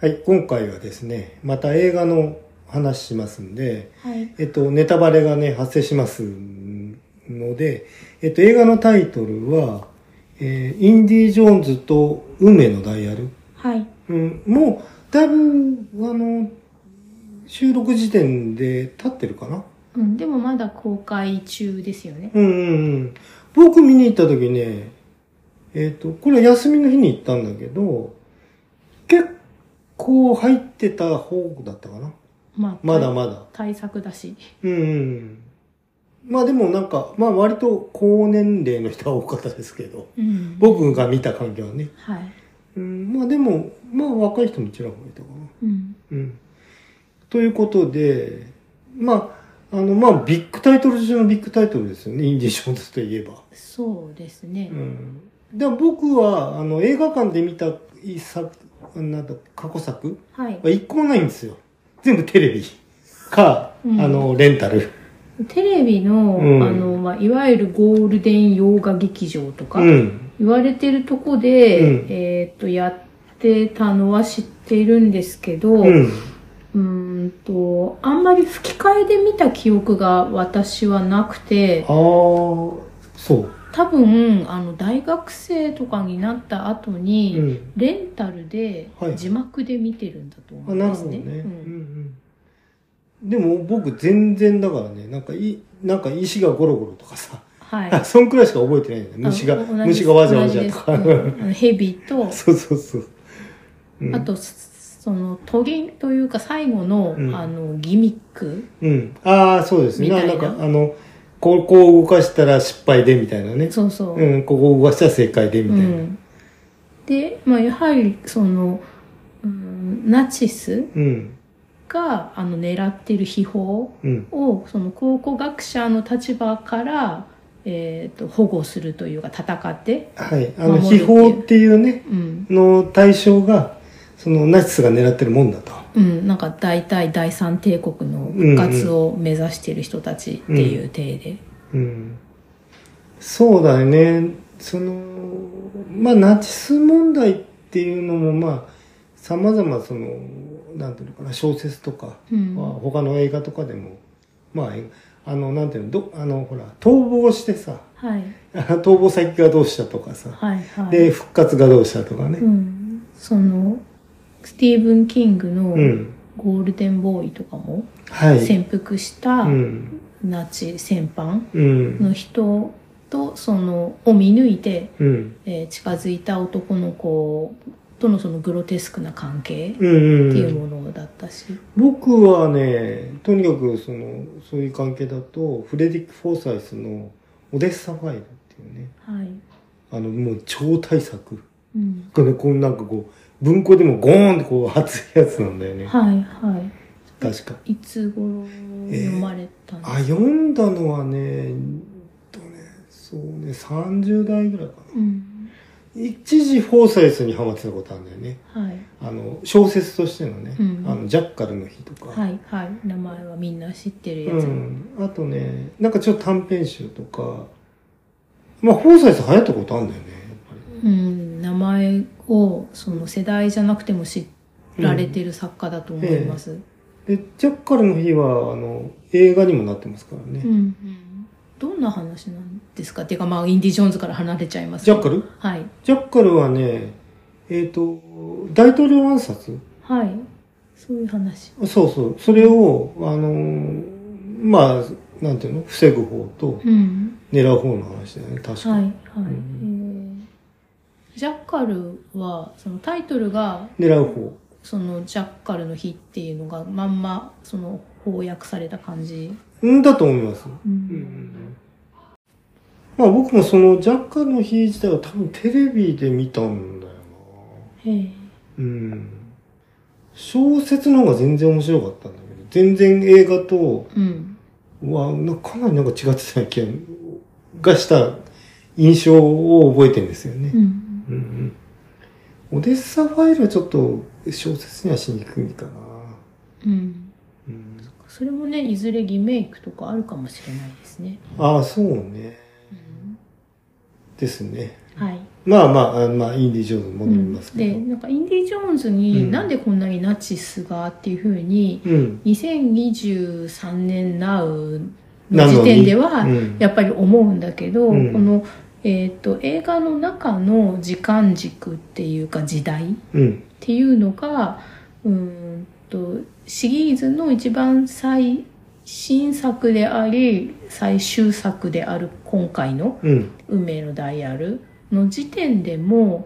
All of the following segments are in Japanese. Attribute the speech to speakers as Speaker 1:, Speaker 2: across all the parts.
Speaker 1: はい、今回はですね、また映画の話しますんで、
Speaker 2: はい、
Speaker 1: ネタバレがね、発生しますので、映画のタイトルは、インディ・ジョーンズと運命のダイヤル。
Speaker 2: はい。
Speaker 1: もう、だいぶ、収録時点で経ってるかな。
Speaker 2: でもまだ公開中ですよね。
Speaker 1: 僕見に行った時ね、これは休みの日に行ったんだけど、結構入ってた方だったかな。まだまだ。
Speaker 2: 対策だし。
Speaker 1: まあでもなんか、まあ割と高年齢の人は多かったですけど、僕が見た環境はね。
Speaker 2: はい。
Speaker 1: まあでも、まあ若い人もちらほらいたかな。ということで、まあビッグタイトル中のビッグタイトルですよね、インディ・ジョーンズといえば。
Speaker 2: そうですね。
Speaker 1: で僕は、映画館で見た過去作は一個もないんですよ。全部テレビか、レンタル。
Speaker 2: テレビの、いわゆるゴールデン洋画劇場とか、言われてるとこで、やってたのは知ってるんですけど、あんまり吹き替えで見た記憶が私はなくて、
Speaker 1: そう。
Speaker 2: 多分大学生とかになった後に、レンタルで字幕で見てるんだと思うんですね。
Speaker 1: でも僕全然だからね、なんか石がゴロゴロとかさ、そんくらいしか覚えてないんだよ。虫がわじゃわじゃとか。
Speaker 2: 蛇と、
Speaker 1: そうそうそう。
Speaker 2: あとそのトゲというか最後の、ギミック。
Speaker 1: そうですね。なんかこう動かしたら失敗でみたいなね。
Speaker 2: そうそう。
Speaker 1: ここ動かしたら正解でみたいな。
Speaker 2: で、やはりその、ナチスが狙っている秘宝を、その考古学者の立場から、保護するというか戦って。
Speaker 1: はい。秘宝っていうね、の対象が、そのナチスが狙ってるもんだと。
Speaker 2: なんか大体第三帝国の復活を目指している人たちっていう体で。
Speaker 1: そうだよね。ナチス問題っていうのも様々なんていうのかな、小説とか、他の映画とかでも、なんていうの、ほら、逃亡してさ、逃亡先がどうしたとかさ、で、復活がどうしたとかね。
Speaker 2: スティーブン・キングのゴールデンボーイとかも潜伏したナチ戦犯の人とを見抜いて近づいた男の子とのそのグロテスクな関係っていうものだったし、
Speaker 1: 僕はねとにかくそういう関係だとフレデリック・フォーサイスのオデッサファイルっていうね、もう超大作、こうなんかこう文庫でもゴーンってこう熱いやつなんだよね。確か。
Speaker 2: いつ頃読まれたんですか？
Speaker 1: 読んだのはね、そうね、30代ぐらいかな。一時フォーサイスにハマってたことあるんだよね。小説としてのね、ジャッカルの日とか。
Speaker 2: 名前はみんな知ってるやつ。
Speaker 1: あとね、なんかちょっと短編集とか、フォーサイス流行ったことあるんだよね、やっぱり。
Speaker 2: 名前をその世代じゃなくても知られてる作家だと思います。
Speaker 1: でジャッカルの日は映画にもなってますからね。
Speaker 2: どんな話なんですか？っていうかインディ・ジョーンズから離れちゃいます
Speaker 1: けど。ジャッカル？
Speaker 2: はい。
Speaker 1: ジャッカルはね、大統領暗殺？
Speaker 2: そういう話。
Speaker 1: そうそう。それをなんていうの？防ぐ方と狙う方の話だよね。確かに。
Speaker 2: ジャッカルはそのタイトルが
Speaker 1: 狙う方。
Speaker 2: そのジャッカルの日っていうのがまんまその翻訳された感じ
Speaker 1: だと思います。僕もそのジャッカルの日自体は多分テレビで見たんだよな。小説の方が全然面白かったんだけど、全然映画とはかなりなんか違ってた気がした印象を覚えてるんですよね。オデッサファイルはちょっと小説にはしにくいかな。
Speaker 2: それもね、いずれリメイクとかあるかもしれないですね。
Speaker 1: そうね。ですね。
Speaker 2: はい。
Speaker 1: まあ、インディ・ジョーンズに戻りますけど。
Speaker 2: で、なんかインディ・ジョーンズになんでこんなにナチスがっていうふうに、2023年ナウの時点ではやっぱり思うんだけど、この、映画の中の時間軸っていうか時代っていうのが、シリーズの一番最新作であり最終作である今回の「運命のダイヤル」の時点でも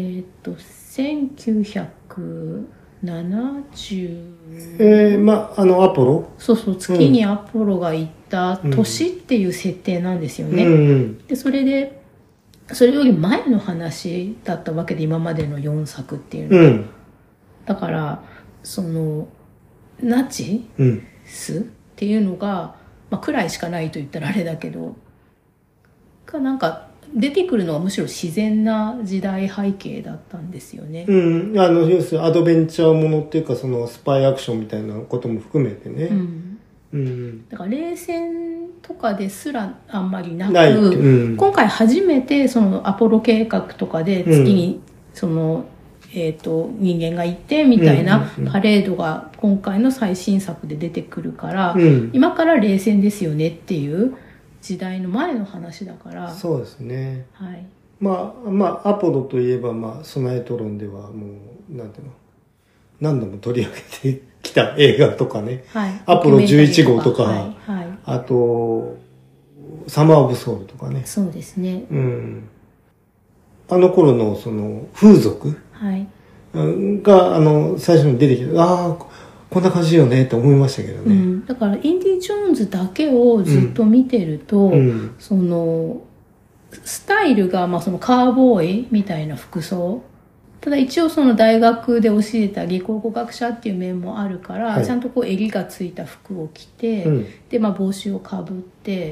Speaker 2: 1970
Speaker 1: アポロ
Speaker 2: そう月にアポロが行った年っていう設定なんですよね。でそれより前の話だったわけで今までの4作っていうのは、だからそのナチスっていうのが、くらいしかないと言ったらあれだけどなんか出てくるのはむしろ自然な時代背景だったんですよね。
Speaker 1: 要するにアドベンチャーものっていうかそのスパイアクションみたいなことも含めてね。
Speaker 2: だから冷戦とかですらあんまりなく、今回初めてそのアポロ計画とかで月にその、人間がいてみたいなパレードが今回の最新作で出てくるから、今から冷戦ですよねっていう時代の前の話だから。
Speaker 1: そうですね。
Speaker 2: はい。
Speaker 1: アポロといえばソナエトロンではもうなんていうの何度も取り上げてきた映画とかね、アポロ11号とか、あとサマー・オブ・ソウルとかね。
Speaker 2: そうですね。
Speaker 1: あの頃のその風俗が最初に出てきて、こんな感じよねって思いましたけどね。
Speaker 2: だからインディ・ジョーンズだけをずっと見てると、そのスタイルがそのカーボーイみたいな服装。ただ一応その大学で教えた理工語学者っていう面もあるから、ちゃんとこう襟がついた服を着て、で帽子をかぶって、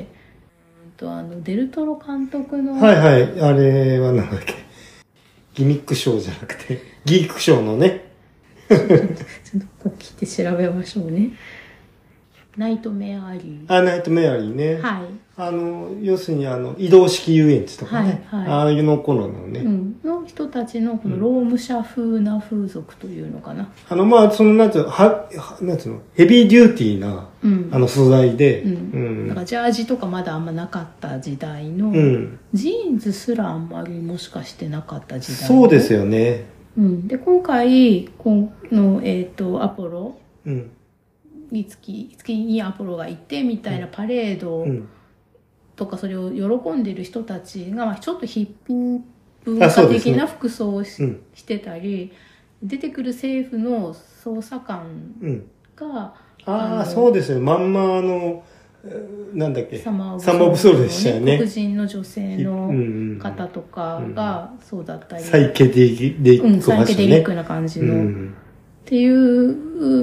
Speaker 2: デルトロ監督の
Speaker 1: あれはなんだっけ、ギミックショーじゃなくてギークショーのね
Speaker 2: ちょっとこう切って調べましょうね。ナイトメアリー。
Speaker 1: ナイトメアリーね。要するに移動式遊園地とかね。ああいうの頃のね。
Speaker 2: の人たちのこのローム社風な風俗というのかな。
Speaker 1: そのなんつうの、ヘビーデューティーな、素材で。
Speaker 2: だからジャージとかまだあんまなかった時代の、ジーンズすらあんまりもしかしてなかった時代。
Speaker 1: そうですよね。
Speaker 2: で、今回、この、アポロ。月にアポロがいてみたいなパレードとかそれを喜んでる人たちがちょっとヒッピー文化的な服装をしてたり、出てくる政府の捜査官が、
Speaker 1: そうですよ、まんまなんだっけ、
Speaker 2: サマー
Speaker 1: オブソウルでしたよね。
Speaker 2: 黒人の女性の方とかがそうだったり、
Speaker 1: サイケデリッ
Speaker 2: クな感じの。っていう、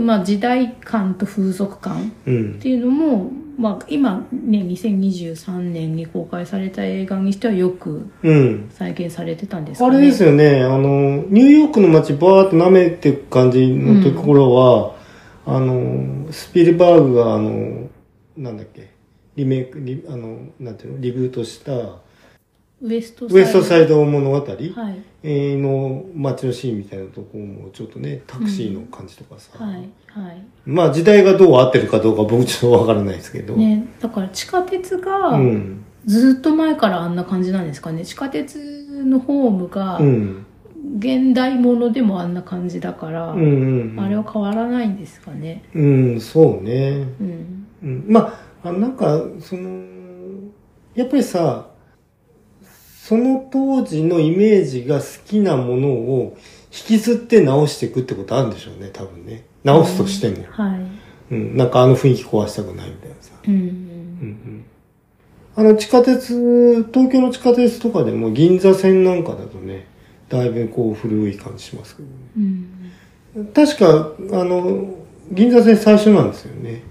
Speaker 2: 時代感と風俗感っていうのも、今ね、2023年に公開された映画にしてはよく再現されてたんですかね。
Speaker 1: あれですよね、ニューヨークの街バーッと舐めていく感じのところは、スピルバーグがなんだっけ、リメイク、なんていうの、リブートした、ウエストサイド物語の街のシーンみたいなところもちょっとね、タクシーの感じとかさ、時代がどう合ってるかどうか僕ちょっとわからないですけど、
Speaker 2: だから地下鉄がずっと前からあんな感じなんですかね。地下鉄のホームが現代ものでもあんな感じだから、あれは変わらないんですかね。
Speaker 1: そうね。なんかやっぱりさ、その当時のイメージが好きなものを引きずって直していくってことあるんでしょうね、多分ね。直すとしても。なんか雰囲気壊したくないみたいなさ。地下鉄、東京の地下鉄とかでも銀座線なんかだとね、だいぶこう古い感じしますけどね。確か、銀座線最初なんですよね。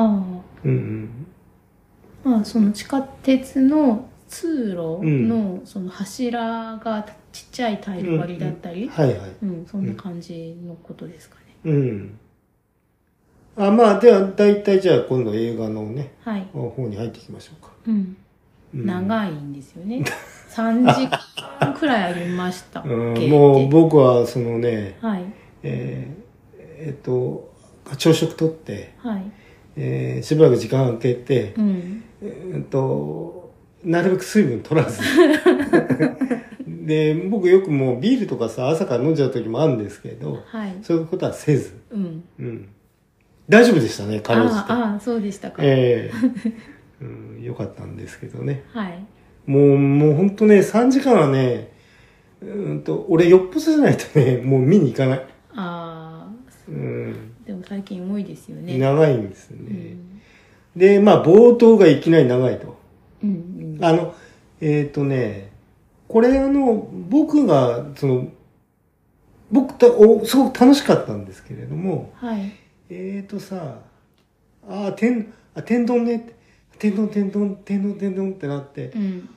Speaker 2: その地下鉄の通路のその柱がちっちゃいタイル割りだったり、そんな感じのことですかね。では大体じゃあ今度映画のね、方に入っていきましょうか。 長いんですよね。3時間くらいありましたっけ。
Speaker 1: もう僕はそのね、
Speaker 2: はい、
Speaker 1: 朝食とって、
Speaker 2: はい、
Speaker 1: しばらく時間空けて、なるべく水分取らずで、僕よくもうビールとかさ、朝から飲んじゃう時もあるんですけど、
Speaker 2: はい、
Speaker 1: そういうことはせず、大丈夫でしたね、かろうじて。
Speaker 2: ああ、そうでしたか。
Speaker 1: よかったんですけどね。
Speaker 2: はい。
Speaker 1: もうほんとね、3時間はね、俺よっぽどじゃないとね、もう見に行かない。
Speaker 2: ああ。でも最近多いですよね。
Speaker 1: 長いんですね。で、まあ冒頭がいきなり長いと。これ僕が、すごく楽しかったんですけれども、
Speaker 2: はい。
Speaker 1: 天丼ねって、天丼ってなって、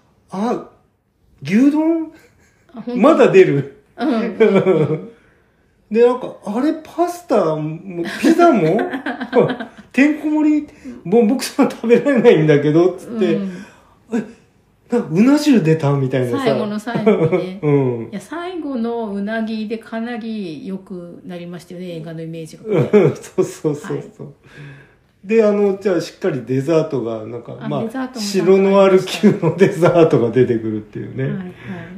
Speaker 1: 牛丼まだ出る。で、なんか、あれ、パスタも、ピザもてんこ盛り、もう僕そんな食べられないんだけど、つって、うな重出たみたいなさ。
Speaker 2: 最後の最後にね。いや、最後のうなぎでかなり良くなりましたよね、映画のイメージが。
Speaker 1: そう。で、じゃあしっかりデザートが、なんか、白ノワール級のデザートが出てくるっていうね。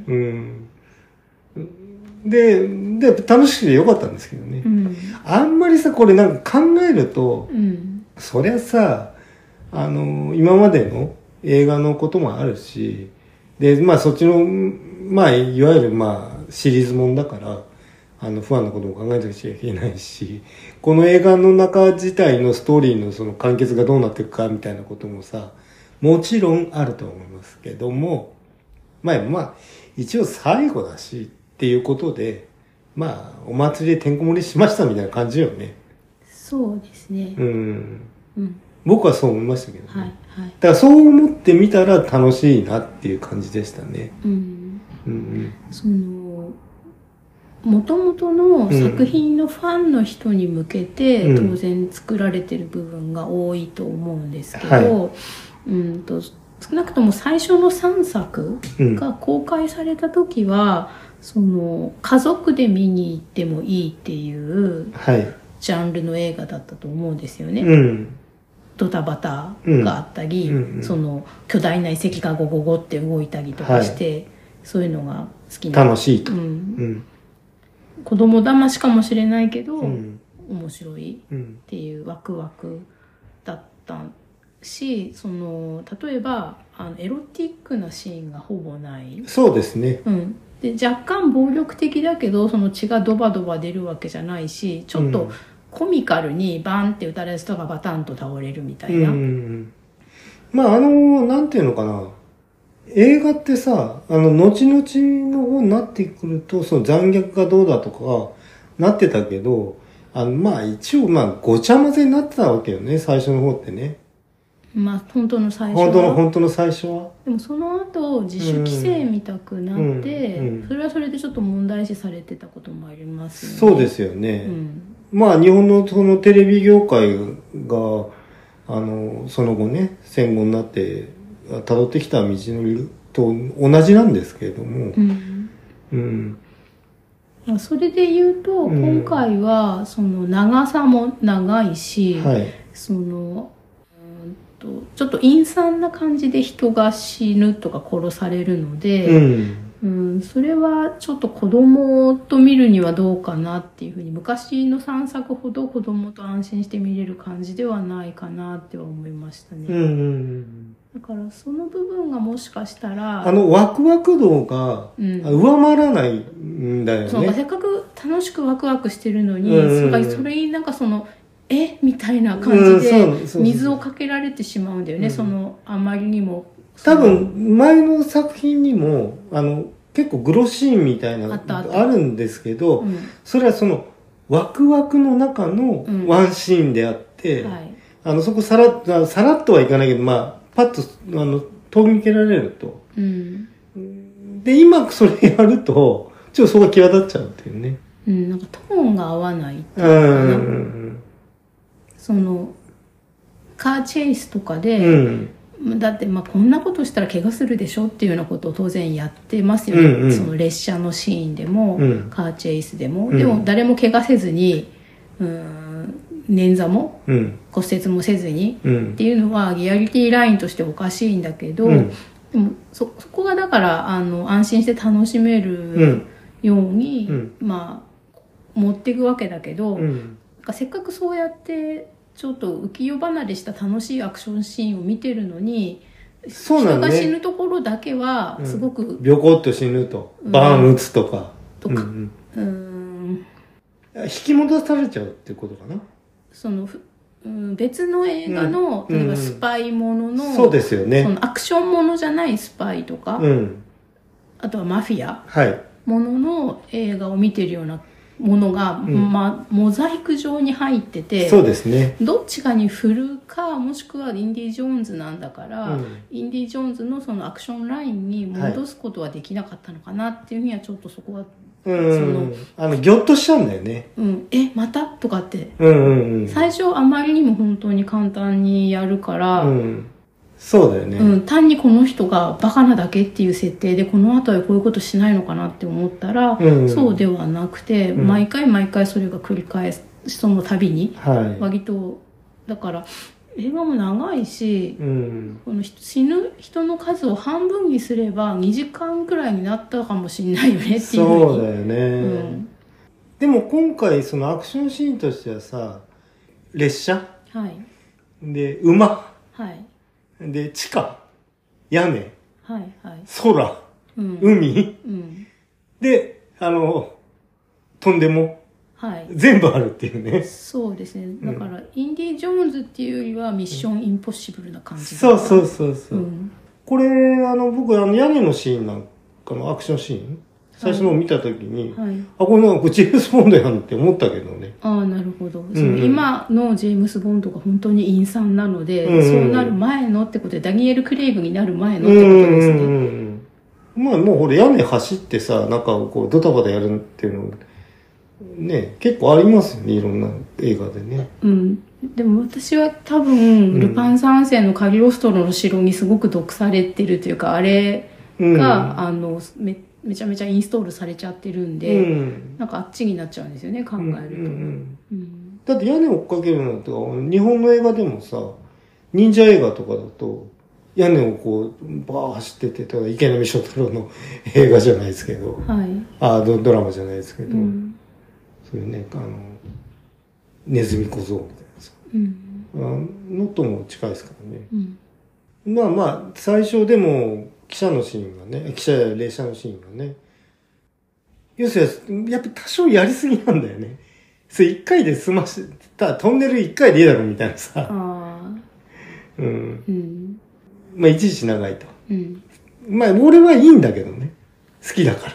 Speaker 1: で、楽しくてよかったんですけどね。あんまりさ、これなんか考えると、そりゃさ、今までの映画のこともあるし、で、まあそっちの、まあ、いわゆるシリーズもんだから、不安なことも考えてなきゃいけないし、この映画の中自体のストーリーのその完結がどうなっていくかみたいなこともさ、もちろんあると思いますけども、まあ、一応最後だしっていうことで、まあ、お祭りでてんこ盛りしましたみたいな感じよね。
Speaker 2: そうですね。
Speaker 1: 僕はそう思いましたけどね。だからそう思ってみたら楽しいなっていう感じでしたね。
Speaker 2: もともとの作品のファンの人に向けて当然作られてる部分が多いと思うんですけど、少なくとも最初の3作が公開された時は、家族で見に行ってもいいっていうジャンルの映画だったと思うんですよね。ドタバタがあったり、巨大な遺跡がゴゴゴって動いたりとかして、そういうのが好きな。
Speaker 1: 楽しいと。
Speaker 2: 子供騙しかもしれないけど、面白いっていうワクワクだったし、例えばエロティックなシーンがほぼない。
Speaker 1: そうですね。
Speaker 2: で若干暴力的だけど血がドバドバ出るわけじゃないし、ちょっとコミカルにバンって撃たれる人がバタンと倒れるみたいな。
Speaker 1: まあなんていうのかな。映画ってさ、後々の方になってくると、その残虐がどうだとか、なってたけど、一応ごちゃ混ぜになってたわけよね、最初の方ってね。
Speaker 2: 本当の最初は。
Speaker 1: 本当の最初は。
Speaker 2: でもその後、自主規制みたくなって、それはそれでちょっと問題視されてたこともありますよね。
Speaker 1: そうですよね。日本のそのテレビ業界が、その後ね、戦後になって、辿ってきた道のりと同じなんですけれども。
Speaker 2: それで言うと、今回は、長さも長いし、ちょっと陰惨な感じで人が死ぬとか殺されるので、それはちょっと子供と見るにはどうかなっていうふうに、昔の3作ほど子供と安心して見れる感じではないかなっては思いましたね。だからその部分がもしかしたら
Speaker 1: ワクワク度が上回らないんだよね。
Speaker 2: せっかく楽しくワクワクしてるのに、それになんかみたいな感じで水をかけられてしまうんだよね。あまりにも
Speaker 1: 多分前の作品にも結構グロシーンみたいなのあるんですけど、それはワクワクの中のワンシーンであって、そこさらっとはいかないけど、パッと通り抜けられると、で今それやるとちょっとそこが際立っちゃうっていうね。
Speaker 2: なんかトーンが合わないっていうかな。カーチェイスとかで、 だってまあこんなことしたら怪我するでしょっていうようなことを当然やってますよね、うんうん、その列車のシーンでも、うん、カーチェイスでも、うん、でも誰も怪我せずに捻挫も、うん、骨折もせずに、うん、っていうのはリアリティラインとしておかしいんだけど、うん、でもそこがだから安心して楽しめるように、うん、まあ持っていくわけだけど、うん、なんかせっかくそうやってちょっと浮世離れした楽しいアクションシーンを見てるのに、そうなんね、人が死ぬところだけはすごく、
Speaker 1: ビョコッと死ぬと、バーン打つとか、引き戻されちゃうっていうことかな。
Speaker 2: その別の映画の、例えばスパイものの、
Speaker 1: そうですよね。
Speaker 2: そのアクションものじゃないスパイとか、あとはマフィアものの映画を見てるようなものが、モザイク状に入ってて、
Speaker 1: そうですね。
Speaker 2: どっちかに振るか、もしくはインディ・ジョーンズなんだから、インディ・ジョーンズのそのアクションラインに戻すことはできなかったのかなっていうふうにはちょっとそこは、
Speaker 1: ギョッとしちゃうんだよね。
Speaker 2: またとかって、最初あまりにも本当に簡単にやるから、
Speaker 1: そうだよね、
Speaker 2: 単にこの人がバカなだけっていう設定でこの後はこういうことしないのかなって思ったら、そうではなくて、毎回毎回それが繰り返す、その度に、割とだから映画も長いし、この死ぬ人の数を半分にすれば2時間くらいになったかもしれないよねっていうふうに。
Speaker 1: そうだよね、でも今回そのアクションシーンとしてはさ、列車、で馬、で地下、屋根、空、海、でとんでも、全部あるっていうね。
Speaker 2: そうですね。だから、インディ・ジョーンズっていうよりはミッション・インポッシブルな感じ、
Speaker 1: そう、これ僕屋根のシーンなんかのアクションシーン、最初のを見たときに、これなんかジェームス・ボンドやんって思ったけどね。
Speaker 2: なるほど。今のジェームス・ボンドが本当に陰惨なので、そうなる前のってことで、ダニエル・クレイグになる前のってことですね。
Speaker 1: まあもうほら屋根走ってさ、なんかこうドタバタやるっていうのね、結構ありますよね、いろんな映画でね。
Speaker 2: でも私は多分、ルパン三世のカリオストロの城にすごく毒されてるというか、あれが、めちゃめちゃインストールされちゃってるんで、なんかあっちになっちゃうんですよね、考える
Speaker 1: と。だって屋根追っかけるのとか、日本の映画でもさ、忍者映画とかだと、屋根をこう、バー走ってて、池波正太郎の映画じゃないですけど、ドラマじゃないですけど、そういうね、ネズミ小僧みたいなさ、のとも近いですからね。まあ、最初でも、汽車のシーンがね、汽車や列車のシーンがね、要するに、やっぱ多少やりすぎなんだよね。それ一回で済まして、トンネル一回でいいだろみたいなさ。まあ、いちいち長いと。まあ、俺はいいんだけどね。好きだから。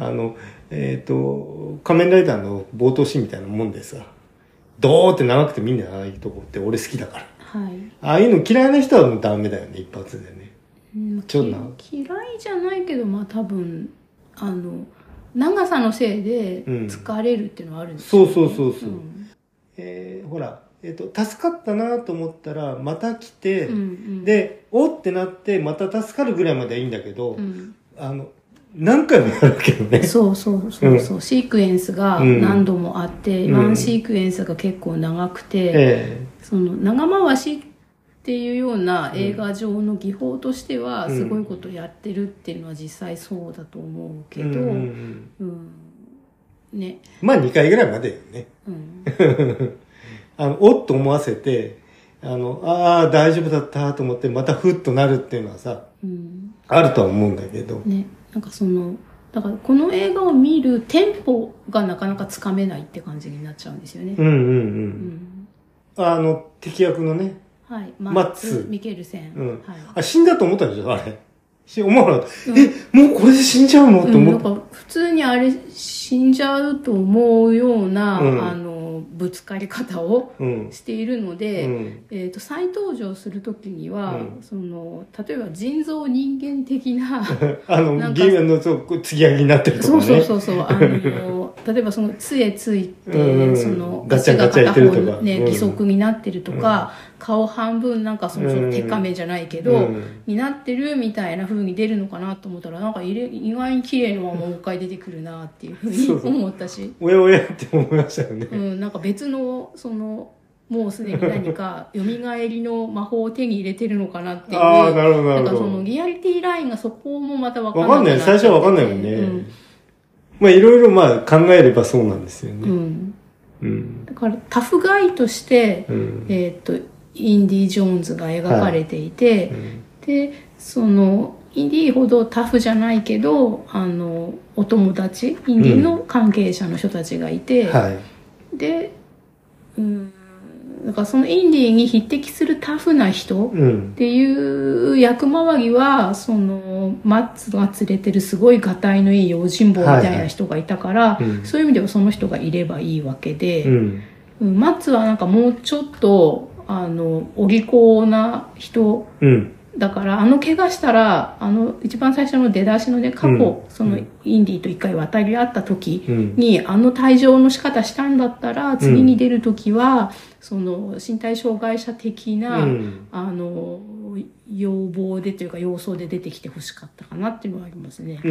Speaker 1: 仮面ライダーの冒頭シーンみたいなもんでさ、ドーって長くてみんなああいうとこって俺好きだから。ああいうの嫌いな人はもうダメだよね、一発でね。
Speaker 2: 嫌いじゃないけど、まあ多分、長さのせいで疲れるっていうのはあるんですよね。
Speaker 1: そう。ほら、助かったなと思ったら、また来て、で、おってなって、また助かるぐらいまではいいんだけど、何回もやるけどね。
Speaker 2: そう。シークエンスが何度もあって、ワンシークエンスが結構長くて、その長回しっていうような映画上の技法としては、すごいことやってるっていうのは実際そうだと思うけど、ね。
Speaker 1: まあ2回ぐらいまでよね。おっと思わせて、大丈夫だったと思って、またふっとなるっていうのはさ、あるとは思うんだけど。
Speaker 2: ね。なんかだからこの映画を見るテンポがなかなかつかめないって感じになっちゃうんですよね。
Speaker 1: 敵役のね、
Speaker 2: マッツ・ミケルセン。
Speaker 1: 死んだと思ったんでしょ、あれ。思わなかった。もうこれで死んじゃうのって思った。
Speaker 2: なんか普通にあれ死んじゃうと思うような、ぶつかり方をしているので、再登場するときには、例えば人造人間的な
Speaker 1: ゲームの継ぎはぎになってるとかね。
Speaker 2: そう例えばその杖ついて、その足が片方ね、義足になってるとか、顔半分なんかその手カメじゃないけど、になってるみたいな風に出るのかなと思ったら、なんか意外に綺麗なままもう一回出てくるなっていう風に思ったし。
Speaker 1: おやおやって思いましたよね。
Speaker 2: なんか別の、もうすでに何か蘇りの魔法を手に入れてるのかなっていう。
Speaker 1: ああ、なるほど、なるほど。
Speaker 2: なんかそのリアリティラインがそこもまた分
Speaker 1: かんない。最初は分かんないもんね。まあいろいろまあ考えればそうなんですよね。
Speaker 2: だからタフガイとして、インディ・ジョーンズが描かれていて、で、その、インディほどタフじゃないけど、お友達、インディの関係者の人たちがいて、で、だからそのインディに匹敵するタフな人っていう役回りは、そのマッツが連れてるすごいがたいのいい用心棒みたいな人がいたから、そういう意味ではその人がいればいいわけで、マッツはなんかもうちょっとお利口な人、だから怪我したら一番最初の出だしのね過去、そのインディと一回渡り合った時に、退場の仕方したんだったら次に出る時は、その身体障害者的な、要望でというか要素で出てきてほしかったかなっていうのはありますね。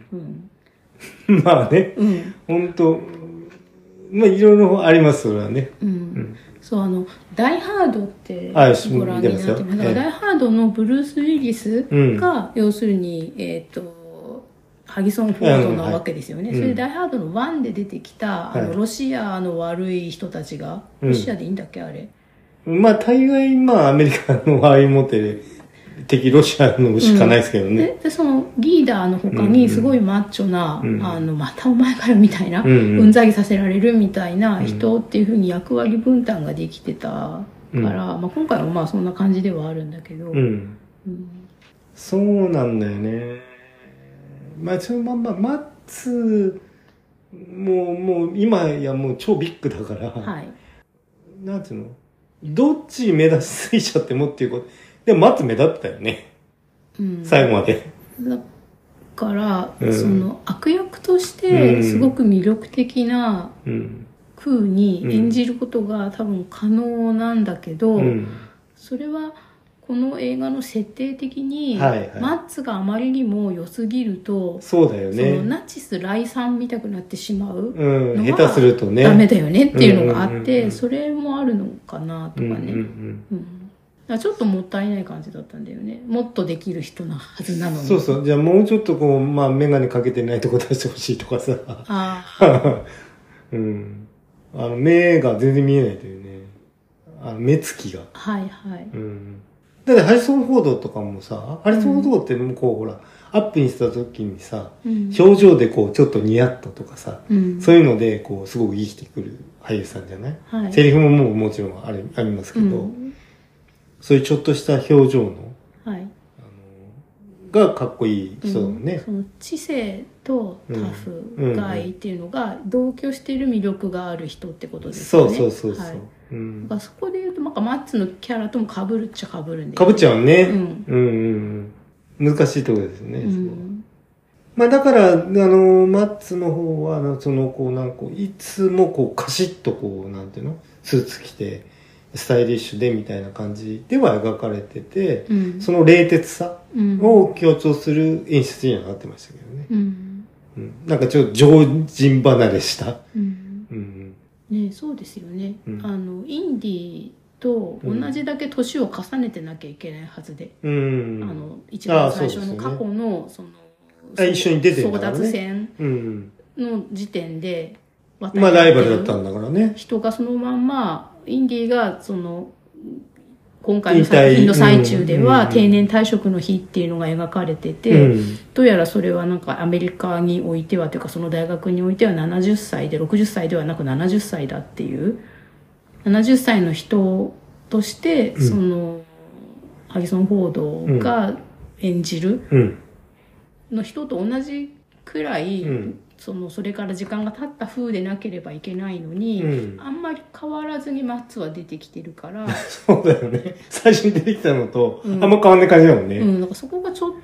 Speaker 1: まあね、本当まあいろいろありますそれはね。
Speaker 2: そうダイハードってご覧になってます。ダイハードのブルース・ウィリスが、要するにハギソン・フォードなわけですよね。それでダイハードの1で出てきたロシアの悪い人たちが、ロシアでいいんだっけあれ。
Speaker 1: まあ大概アメリカのああいうモテ敵ロシアのしかないですけどね。
Speaker 2: でそのリーダーの他にすごいマッチョな、またお前かよみたいな、うんざりさせられるみたいな人っていうふうに役割分担ができてたから、まあ、今回はまあそんな感じではあるんだけど、
Speaker 1: そうなんだよね。まあマッツもう今やもう超ビッグだから、なんていうの、どっち目立ちすぎちゃってもっていうことでもマッツ目立ったよね、最後まで。
Speaker 2: だから、その悪役としてすごく魅力的な風に演じることが多分可能なんだけど、それはこの映画の設定的に、マッツがあまりにも良すぎると、
Speaker 1: そうだよね、
Speaker 2: そのナチス来賛見たくなってしまう
Speaker 1: のが、下手するとね、
Speaker 2: ダメだよねっていうのがあって、それもあるのかなとかね。ちょっともったいない感じだったんだよね。もっとできる人なはずなのに。
Speaker 1: そうそう。じゃあもうちょっとこう、まあメガネかけてないとこ出してほしいとかさ。目が全然見えないというね。目つきが。だってハリソン・フォードとかもさ、ハリソン・フォードってもうこうほら、アップにした時にさ、表情でこうちょっとニヤッととかさ、そういうのでこうすごく生きてくる俳優さんじゃない、セリフももちろんありますけど、そういうちょっとした表情の、がかっこいい人だもんね。
Speaker 2: その知性とタフガイっていうのが同居している魅力がある人ってことですよね。
Speaker 1: そう。
Speaker 2: そこで言うとなんかマッツのキャラとも被るっちゃ被るんで。
Speaker 1: 被っちゃうね。難しいところですね。まあだからマッツの方はそのこうなんかいつもこうカシッとこうなんていうのスーツ着て。スタイリッシュでみたいな感じでは描かれてて、その冷徹さを強調する演出にはなってましたけどね。なんかちょっと常人離れした。
Speaker 2: ね、そうですよね。インディと同じだけ年を重ねてなきゃいけないはずで、一番最初の過去の
Speaker 1: 一緒に出てるんだからね。
Speaker 2: 争奪戦の時点で、
Speaker 1: まあライバルだったんだからね。
Speaker 2: 人がそのまんまインディが今回の作品の最中では定年退職の日っていうのが描かれてて、どうやらそれはなんかアメリカにおいてはというかその大学においては70歳で60歳ではなく70歳だっていう70歳の人としてそのハリソン・フォードが演じるの人と同じくらいそれから時間が経った風でなければいけないのに、あんまり変わらずにマッツは出てきてるから
Speaker 1: そうだよね。最初に出てきたのと、あんま変わんない感じだもんね。
Speaker 2: だからそこがちょっと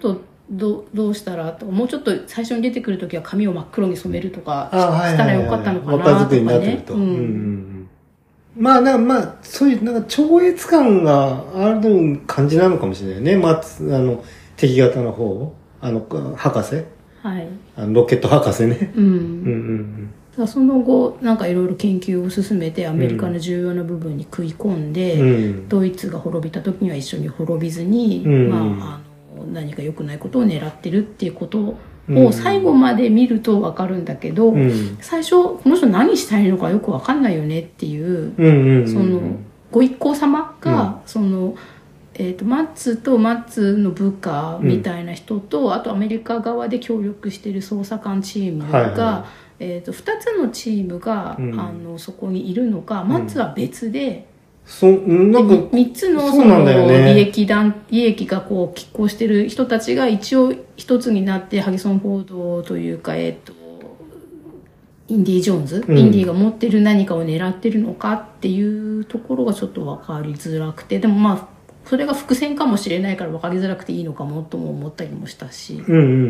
Speaker 2: どうしたらとか、もうちょっと最初に出てくるときは髪を真っ黒に染めるとかしたらよかったのかなとかね。
Speaker 1: まあ、そういうなんか超越感がある感じなのかもしれないね。敵型の方、博士。
Speaker 2: はい。
Speaker 1: ロケット博士ね。
Speaker 2: その後なんかいろいろ研究を進めてアメリカの重要な部分に食い込んで、ドイツが滅びた時には一緒に滅びずに、何か良くないことを狙ってるっていうことを最後まで見ると分かるんだけど、最初この人何したいのかよく分かんないよねっていう、そのご一行様が、そのマッツとマッツの部下みたいな人と、あとアメリカ側で協力している捜査官チームが、2つのチームが、そこにいるのか、マッツは別で、なんか3つのその利益がこう拮抗してる人たちが一応一つになってハギソン・フォードというか、インディ・ジョーンズ、インディが持ってる何かを狙ってるのかっていうところがちょっと分かりづらくて、でもまあそれが伏線かもしれないから分かりづらくていいのかもとも思ったりもしたし。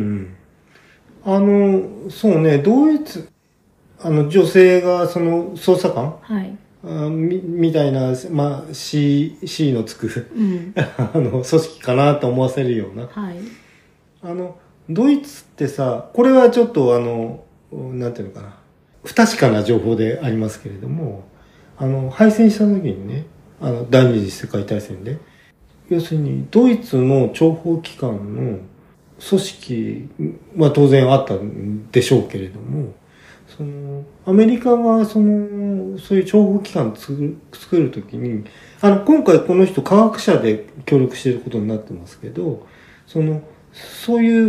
Speaker 1: そうね、ドイツ女性がその捜査官、みたいな、まあ、C のつく、組織かなと思わせるような。ドイツってさ、これはちょっとなんていうのかな、不確かな情報でありますけれども、敗戦した時にね、第二次世界大戦で、要するにドイツの諜報機関の組織は当然あったんでしょうけれども、アメリカがそういう諜報機関を作るときに、今回この人科学者で協力していることになってますけど、そういう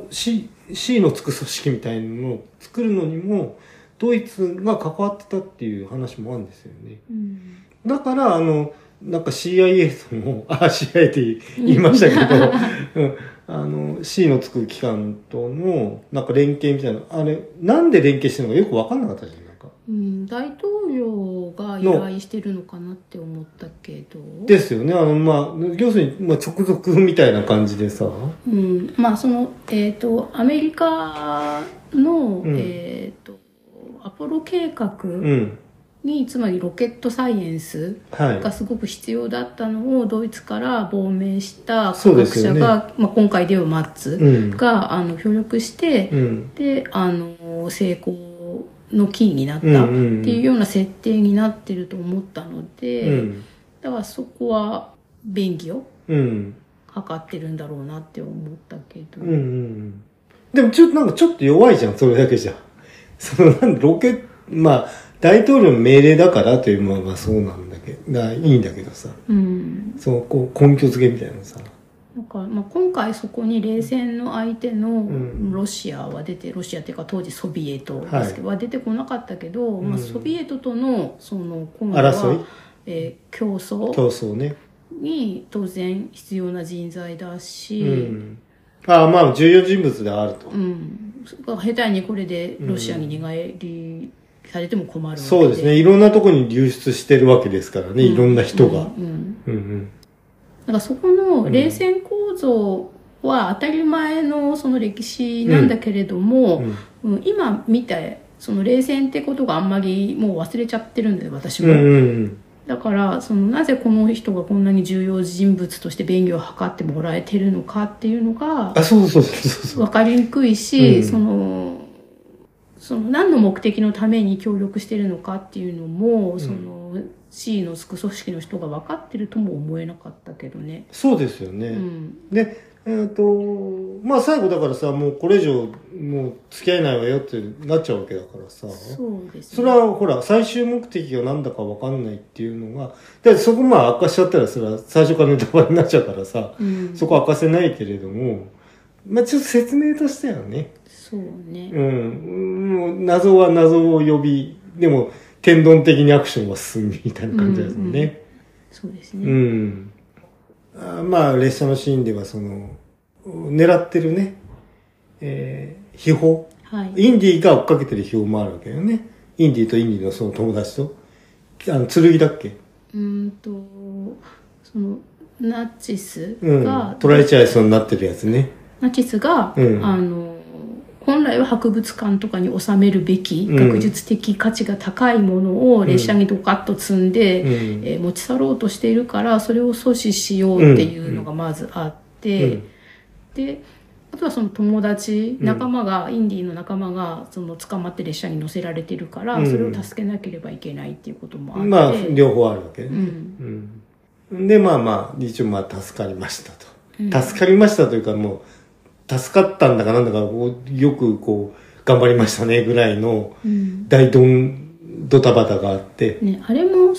Speaker 1: C のつく組織みたいなのを作るのにも、ドイツが関わってたっていう話もあるんですよね。だから、なんか CIA とも、CIA って言いましたけど、C のつく機関との、なんか連携みたいな、なんで連携してるのかよく分かんなかったじゃん、なんか。
Speaker 2: 大統領が依頼してるのかなって思ったけど。
Speaker 1: ですよね。要するに、直属みたいな感じでさ。
Speaker 2: まあ、アメリカの、アポロ計画、につまりロケットサイエンスがすごく必要だったのをドイツから亡命した科学者が、今回ではマッツが、協力して、で成功のキーになったっていうような設定になってると思ったので、だからそこは便宜を図ってるんだろうなって思ったけど、
Speaker 1: でもちょっと弱いじゃん、それだけじゃ。ロケット大統領の命令だからというのはそうなんだけど、いいんだけどさ。こう根拠付けみたいなさ。
Speaker 2: なんか今回そこに冷戦の相手のロシアはロシアっていうか当時ソビエトですけど、は出てこなかったけど、ソビエトとの今度は
Speaker 1: 争い、
Speaker 2: 競争
Speaker 1: ね
Speaker 2: に当然必要な人材だし、
Speaker 1: 重要人物であると。
Speaker 2: 下手にこれでロシアに寝返りされても困るわけで。
Speaker 1: そうですね。いろんなところに流出してるわけですからね、いろんな人が。だ
Speaker 2: からそこの冷戦構造は当たり前のその歴史なんだけれども、今見てその冷戦ってことがあんまりもう忘れちゃってるんだよ、私も。だからなぜこの人がこんなに重要人物として便宜を図ってもらえてるのかっていうのが分かりにくいし、何の目的のために協力してるのかっていうのも、C のつく組織の人が分かってるとも思えなかったけどね。
Speaker 1: そうですよね。で、最後だからさ、もうこれ以上もう付き合えないわよってなっちゃうわけだからさ。
Speaker 2: そうですね。
Speaker 1: それはほら、最終目的が何だか分かんないっていうのが、でそこ悪化しちゃったらそれは最初からネタバレになっちゃうからさ、そこは明かせないけれども、ちょっと説明としてはね。
Speaker 2: そうね。
Speaker 1: もう謎は謎を呼び、でも天丼的にアクションは進むみたいな感じですよね。
Speaker 2: そうですね。
Speaker 1: 列車のシーンでは狙ってるね、秘宝、インディが追っかけてる秘宝もあるわけよね。インディとインディのその友達と、剣だっけ？
Speaker 2: ナチスが、
Speaker 1: 取られちゃいそうになってるやつね。
Speaker 2: ナチスが、本来は博物館とかに収めるべき学術的価値が高いものを列車にドカッと積んで、持ち去ろうとしているから、それを阻止しようっていうのがまずあって、で、あとはその友達、仲間が、インディーの仲間がその捕まって列車に乗せられてるから、それを助けなければいけないっていうこともあって。
Speaker 1: まあ、両方あるわけね。で、まあまあ、一応助かりましたと。助かりましたというかもう、助かったんだかなんだか、よく頑張りましたねぐらいの大ドタバタがあって。
Speaker 2: ね、あれも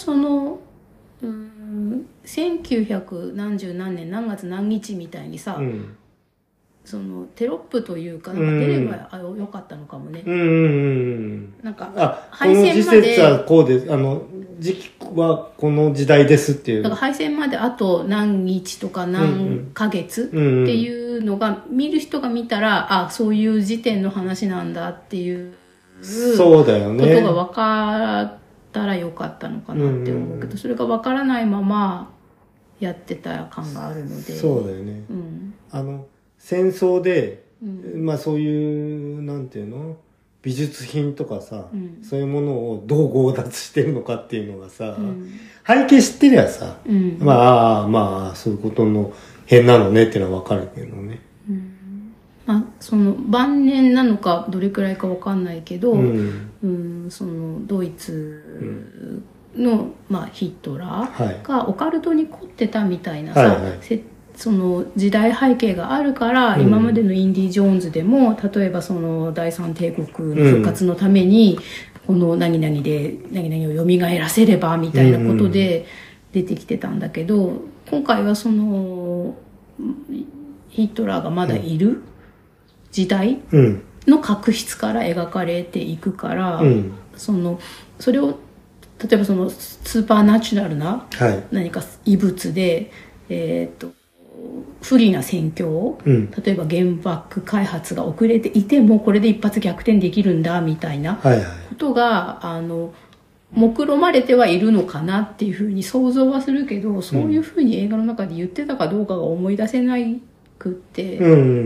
Speaker 2: 1900何十何年何月何日みたいにさ、そのテロップというか、なんか出ればよかったのかもね。なんか、
Speaker 1: 敗戦まで。この時節はこうです。時期はこの時代ですっていう。
Speaker 2: だから敗戦まであと何日とか何ヶ月っていうのが、見る人が見たら、そういう時点の話なんだっていう。
Speaker 1: そうだよね。
Speaker 2: ことが分かったらよかったのかなって思うけど、それが分からないままやってた感があるので。
Speaker 1: そうだよね。戦争で、そういう、なんていうの？美術品とかさ、そういうものをどう強奪してるのかっていうのがさ、背景知ってりゃさ、まあ、そういうことの変なのねっていうのはわかるけどね。
Speaker 2: その晩年なのかどれくらいかわかんないけど、そのドイツの、ヒトラーがオカルトに凝ってたみたいなさ、その時代背景があるから、今までのインディ・ジョーンズでも、例えばその第三帝国の復活のために、この何々で何々を蘇らせればみたいなことで出てきてたんだけど、今回はそのヒトラーがまだいる時代の確執から描かれていくから、それを例えばそのスーパーナチュラルな何か異物で、不利な戦況、例えば原爆開発が遅れていてもこれで一発逆転できるんだみたいなことが、目論まれてはいるのかなっていうふうに想像はするけど、そういうふうに映画の中で言ってたかどうかが思い出せなくって、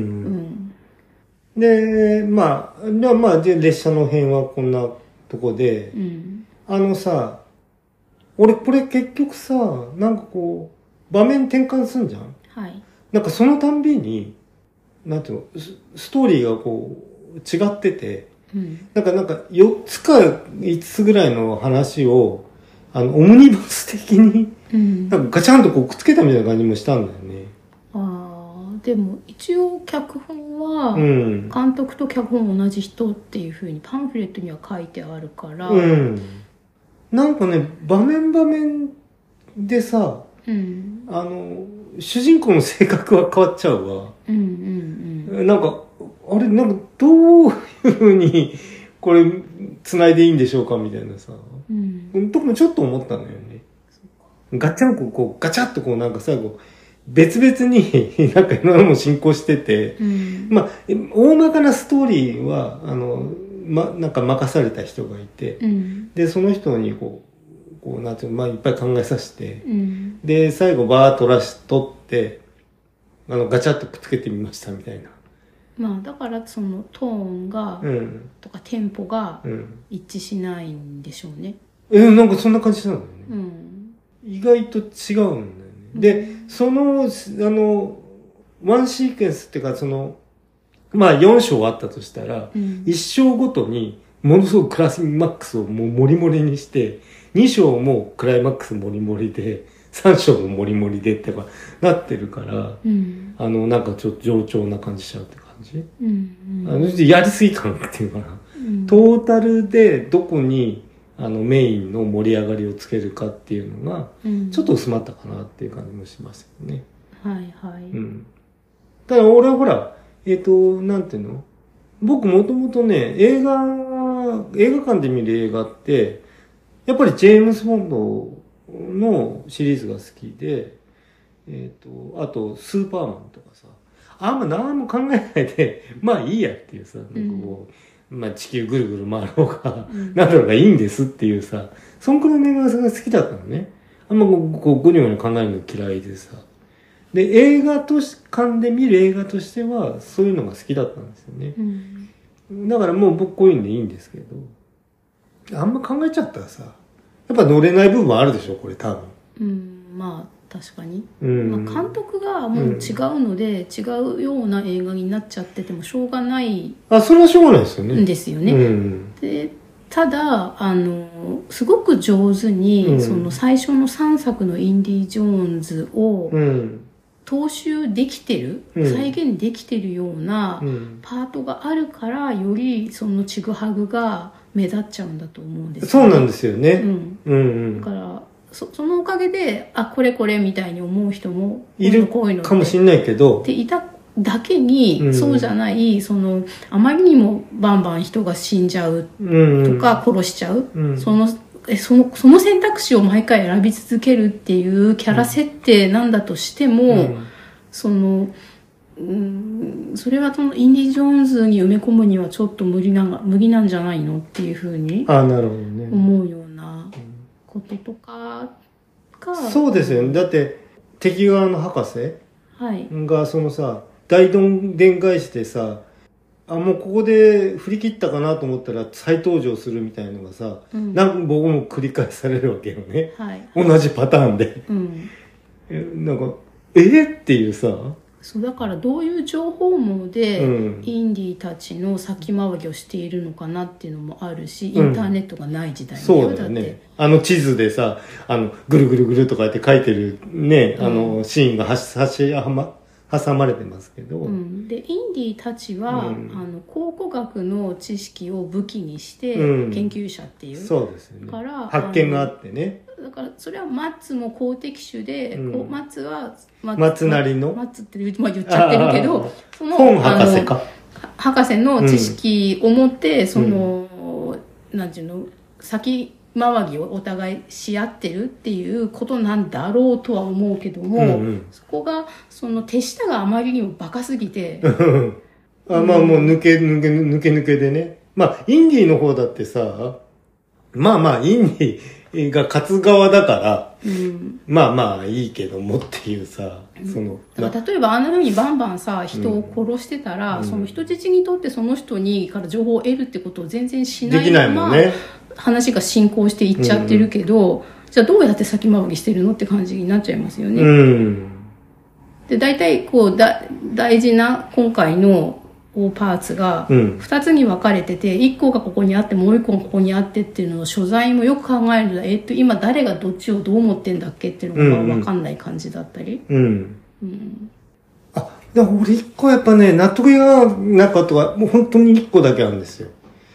Speaker 1: で列車の辺はこんなとこで、さ、俺これ結局さ、なんか場面転換すんじゃん。なんかそのたんびに、なんていうの、ストーリーが違ってて、なんか4つか5つぐらいの話を、オムニバス的に、なんかガチャンとくっつけたみたいな感じもしたんだよね。
Speaker 2: でも一応脚本は、監督と脚本同じ人っていうふうにパンフレットには書いてあるから、
Speaker 1: なんかね、場面でさ、主人公の性格は変わっちゃうわ。なんか、あれ、なんか、どういうふうに、これ、繋いでいいんでしょうかみたいなさ。特にちょっと思ったんだよね。ガチャンコ、ガチャッとなんか最後、別々になんかいろんなもの進行してて、大まかなストーリーは、なんか任された人がいて、で、その人になんていうの、いっぱい考えさせて、で、最後バーッと取って、ガチャッとくっつけてみましたみたいな。
Speaker 2: だからそのトーンが、とかテンポが一致しないんでしょうね。
Speaker 1: なんかそんな感じなんだよね。意外と違うんだよね。で、その、ワンシーケンスっていうか、4章あったとしたら、1章ごとに、ものすごくクライマックスをもうモリモリにして、2章もクライマックスモリモリで、3章もモリモリでってかなってるから、なんかちょっと冗長な感じしちゃうって感じ。やりすぎ感っていうかな。トータルでどこにメインの盛り上がりをつけるかっていうのが、ちょっと薄まったかなっていう感じもしますよね。ただ俺はほら、なんていうの？僕もともとね、映画館で見る映画って、やっぱりジェームズ・ボンドのシリーズが好きで、あと、スーパーマンとかさ、何も考えないで、いいやっていうさ、なんか地球ぐるぐる回ろうが、なんだろうがいいんですっていうさ、そんくらいの映画が好きだったのね。あんまゴニョゴニョ考えるの嫌いでさ。 で、映画とし、勘で見る映画としては、そういうのが好きだったんですよね。だからもう僕こういうんでいいんですけど、あんま考えちゃったらさ、やっぱ乗れない部分はあるでしょ、これ多分。
Speaker 2: まあ、確かに。まあ、監督がもう違うので、違うような映画になっちゃっててもしょうがない。
Speaker 1: それはしょうがないですよね。
Speaker 2: ですよね。で、ただ、すごく上手に、その最初の3作のインディ・ジョーンズを、踏襲できてる、再現できてるようなパートがあるから、よりそのちぐはぐが目立っちゃうんだと思うんです
Speaker 1: よね。そうなんですよね。
Speaker 2: だから、そのおかげで、これこれみたいに思う人も
Speaker 1: いるかもしれないけど。
Speaker 2: で、いただけに、そうじゃない、あまりにもバンバン人が死んじゃうとか、殺しちゃう。その選択肢を毎回選び続けるっていうキャラ設定なんだとしても、それはそのインディ・ジョーンズに埋め込むにはちょっと無理なんじゃないのっていうふうに思うようなこととかが。
Speaker 1: そうですよね。だって敵側の博士がそのさ、大どんでん返してさ、もうここで振り切ったかなと思ったら再登場するみたいのがさ、僕も繰り返されるわけよね。同じパターンで。なんか、っていうさ。
Speaker 2: そう、だからどういう情報網でインディたちの先回りをしているのかなっていうのもあるし、インターネットがない時代に
Speaker 1: そうだよね。地図でさ、ぐるぐるぐるとかって書いてるね、シーンが挟まれてますけど、
Speaker 2: でインディたちは、考古学の知識を武器にして研究者っていう、
Speaker 1: そうですよね。
Speaker 2: から
Speaker 1: 発見があってね。
Speaker 2: だからそれはマッツも公的種で、マッツは
Speaker 1: マッツなりの
Speaker 2: マッツって言っちゃってるけど、
Speaker 1: その本博士か
Speaker 2: 博士の知識を持って、なんていうの、先回りをお互いし合ってるっていうことなんだろうとは思うけども、そこが手下があまりにもバカすぎて
Speaker 1: もう抜けでね。インディの方だってさ、インディが勝つ側だから、いいけどもっていうさ、
Speaker 2: だから例えばあんな風にバンバンさ、人を殺してたら、その人質にとってその人から情報を得るってことを全然しないまま、話が進行していっちゃってるけど、じゃあどうやって先回りしてるのって感じになっちゃいますよね。で、大体大事な今回のパーツが2つに分かれてて、1個がここにあってもう1個がここにあってっていうのを所在もよく考えると、今誰がどっちをどう思ってんだっけっていうのが分かんない感じだったり。
Speaker 1: でも俺1個やっぱね、納得がなかったは、もう本当に1個だけあるんですよ。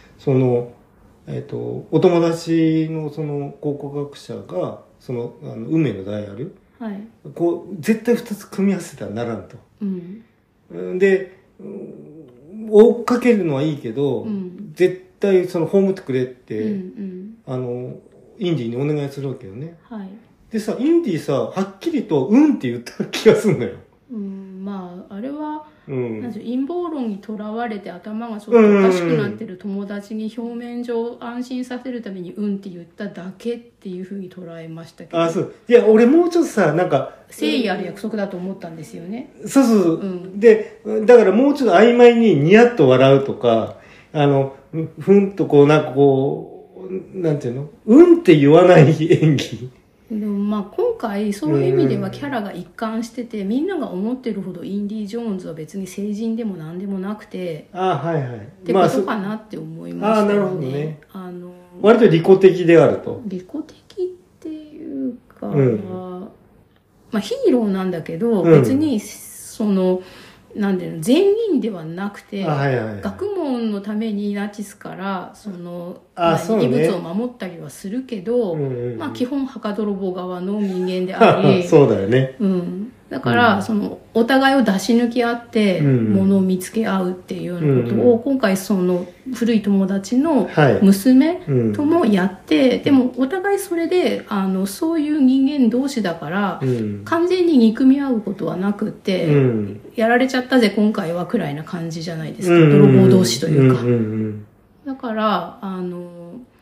Speaker 1: お友達の考古学者が、運命のダイヤル、絶対2つ組み合わせたらならんと。で、追っかけるのはいいけど、絶対葬ってくれって、インディにお願いするわけよね。でさ、インディさ、はっきりと、って言った気がするんだよ。
Speaker 2: あれは、陰謀論にとらわれて頭がちょっとおかしくなってる友達に表面上安心させるためにって言っただけっていうふうに捉えましたけど。
Speaker 1: そう。いや、俺もうちょっとさ、
Speaker 2: 誠意ある約束だと思ったんですよね。
Speaker 1: そう。で、だからもうちょっと曖昧にニヤッと笑うとか、ふんとなんていうの？って言わない演技。
Speaker 2: でも今回そういう意味ではキャラが一貫してて、みんなが思ってるほどインディ・ジョーンズは別に成人でも何でもなくて、ってことかなって思いましたよね。
Speaker 1: なるほどね。割と利己的であると。
Speaker 2: 利己的っていうか、ヒーローなんだけど、別になんていうの、全員ではなくて、学問のためにナチスから遺物を守ったりはするけど、基本墓泥棒側の人間であり
Speaker 1: そうだよね。
Speaker 2: だから、お互いを出し抜き合って、物を見つけ合うっていうようなことを、今回古い友達の娘ともやって、でもお互いそれで、そういう人間同士だから、完全に憎み合うことはなくて、やられちゃったぜ今回はくらいな感じじゃないですか。泥棒同士というか。だから、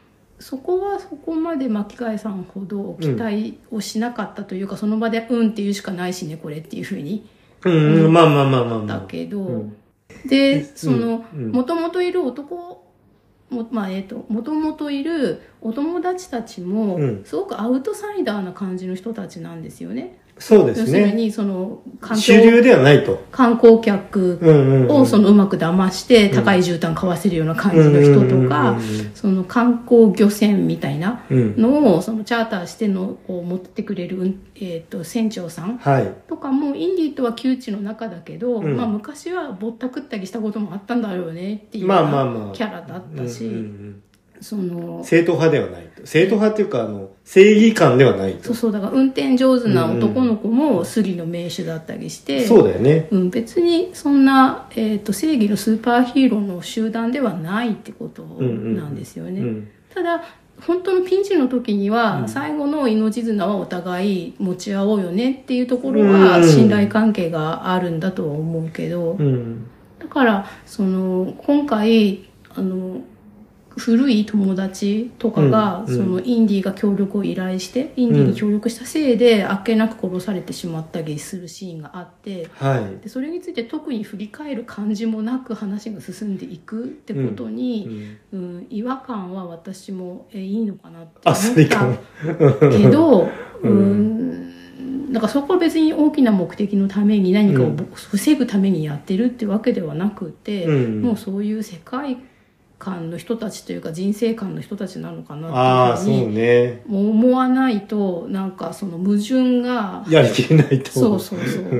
Speaker 2: そこはそこまで巻貝さんほど期待をしなかったというか、その場でうんって言うしかないしねこれっていうふうに
Speaker 1: まあまあまあまあ
Speaker 2: だけど、でそのもともといる男もともといるお友達たちもすごくアウトサイダーな感じの人たちなんですよね。
Speaker 1: そうですね。
Speaker 2: 要するにその
Speaker 1: 主流ではないと。
Speaker 2: 観光客をそのうまく騙して高い絨毯買わせるような感じの人とか、その観光漁船みたいなのをそのチャーターしてのを持ってくれる、船長さんとかもインディーとは旧知の中だけど、まあ昔はぼったくったりしたこともあったんだろうねっていうキャラだったし。その
Speaker 1: 正統派ではないと。正統派っていうか、正義感ではないと。
Speaker 2: そうだから運転上手な男の子もスリの名手だったりして、
Speaker 1: そうだよね。
Speaker 2: 別にそんな、正義のスーパーヒーローの集団ではないってことなんですよね。ただ、本当のピンチの時には、最後の命綱はお互い持ち合おうよねっていうところは信頼関係があるんだとは思うけど、だから、今回、古い友達とかが、そのインディが協力を依頼してインディに協力したせいであっけなく殺されてしまったりするシーンがあって、でそれについて特に振り返る感じもなく話が進んでいくってことに、違和感は私もいいのかなって思ったけど、なんかそこは別に大きな目的のために何かを防ぐためにやってるってわけではなくて、もうそういう世界観の人たちというか人生観の人たちなのかなっていうふうに思わないと、なんかその矛盾が
Speaker 1: やりきれないと。
Speaker 2: そう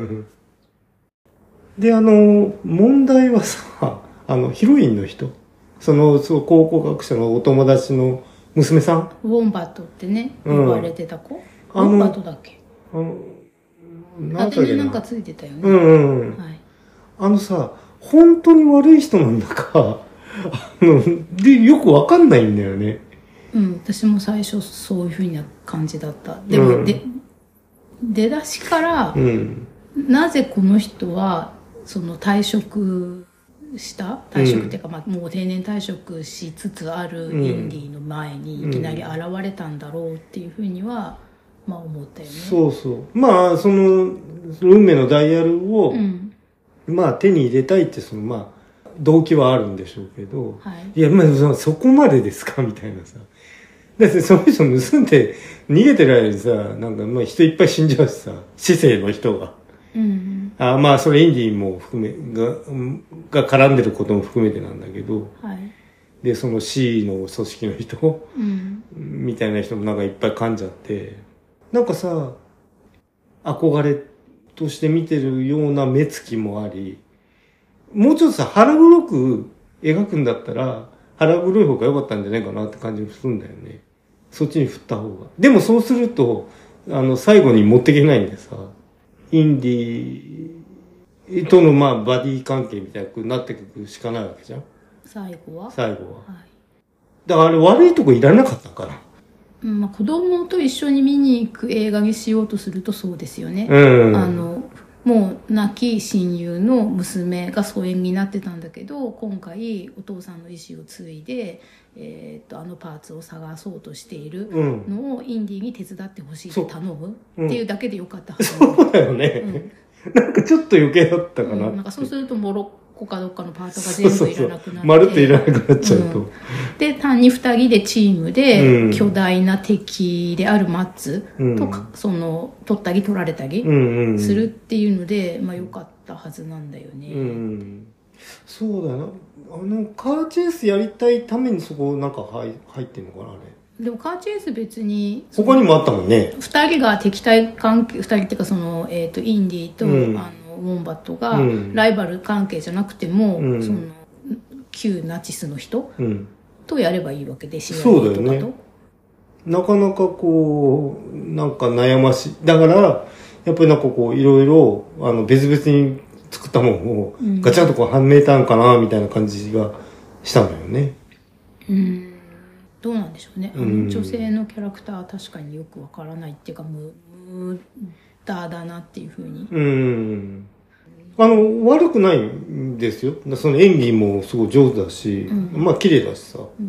Speaker 1: で問題はさ、ヒロインの人、そう考古学者のお友達の娘さん、
Speaker 2: ウォンバットってね呼ばれてた子、ウォンバットだっけ、当てになんかついてたよね。
Speaker 1: さ、本当に悪い人なんだかでよくわかんないんだよね。
Speaker 2: 私も最初そういうふうな感じだった。でも、出だしから、なぜこの人はその退職っていうか、もう定年退職しつつあるインディの前にいきなり現れたんだろうっていうふうには、思ったよね。
Speaker 1: そうそう。その運命のダイヤルを、手に入れたいって動機はあるんでしょうけど、いや、そこまでですかみたいなさ。だってその人盗んで逃げてる間にさ、なんか人いっぱい死んじゃうしさ、市政の人が。それインディも含めが絡んでることも含めてなんだけど、で、その C の組織の人、みたいな人もなんかいっぱい噛んじゃって、なんかさ、憧れとして見てるような目つきもあり、もうちょっとさ、腹黒く描くんだったら、腹黒い方が良かったんじゃないかなって感じもするんだよね。そっちに振った方が。でもそうすると、最後に持っていけないんでさ、インディとのバディ関係みたいになっていくしかないわけじゃん。
Speaker 2: 最後は。
Speaker 1: だからあれ悪いとこいらなかったから。
Speaker 2: 子供と一緒に見に行く映画にしようとするとそうですよね。もう亡き親友の娘が疎遠になってたんだけど、今回お父さんの意思を継いで、パーツを探そうとしているのをインディに手伝ってほしいと頼むっていうだけでよかったはず。
Speaker 1: そうだよね。なんかちょっと余計だったかな。
Speaker 2: なんかそうするとモロッコかどっかのパートが全部いらなくなって。
Speaker 1: まるっといらなくなっちゃうと。
Speaker 2: で、単に2人でチームで巨大な敵であるマッツとか、取ったり取られたりするっていうので、良かったはずなんだよね。
Speaker 1: そうだな。カーチェイスやりたいためにそこなんか入ってんのかな、あれ。
Speaker 2: でもカーチェイス別に
Speaker 1: 他にもあったもんね。
Speaker 2: 2人が敵対関係、2人っていうかインディと、ウォンバットがライバル関係じゃなくても、旧ナチスの人とやればいいわけで、
Speaker 1: そうだよね。なかなかなんか悩ましい。だから、やっぱりなんかいろいろ、別々に作ったものをガチャンとはめたんかな、みたいな感じがしたんだよね。
Speaker 2: どうなんでしょうね。女性のキャラクターは確かによくわからないっていうか、無駄だなっていうふうに。
Speaker 1: 悪くないんですよ。その演技もすごい上手だし、綺麗だしさ。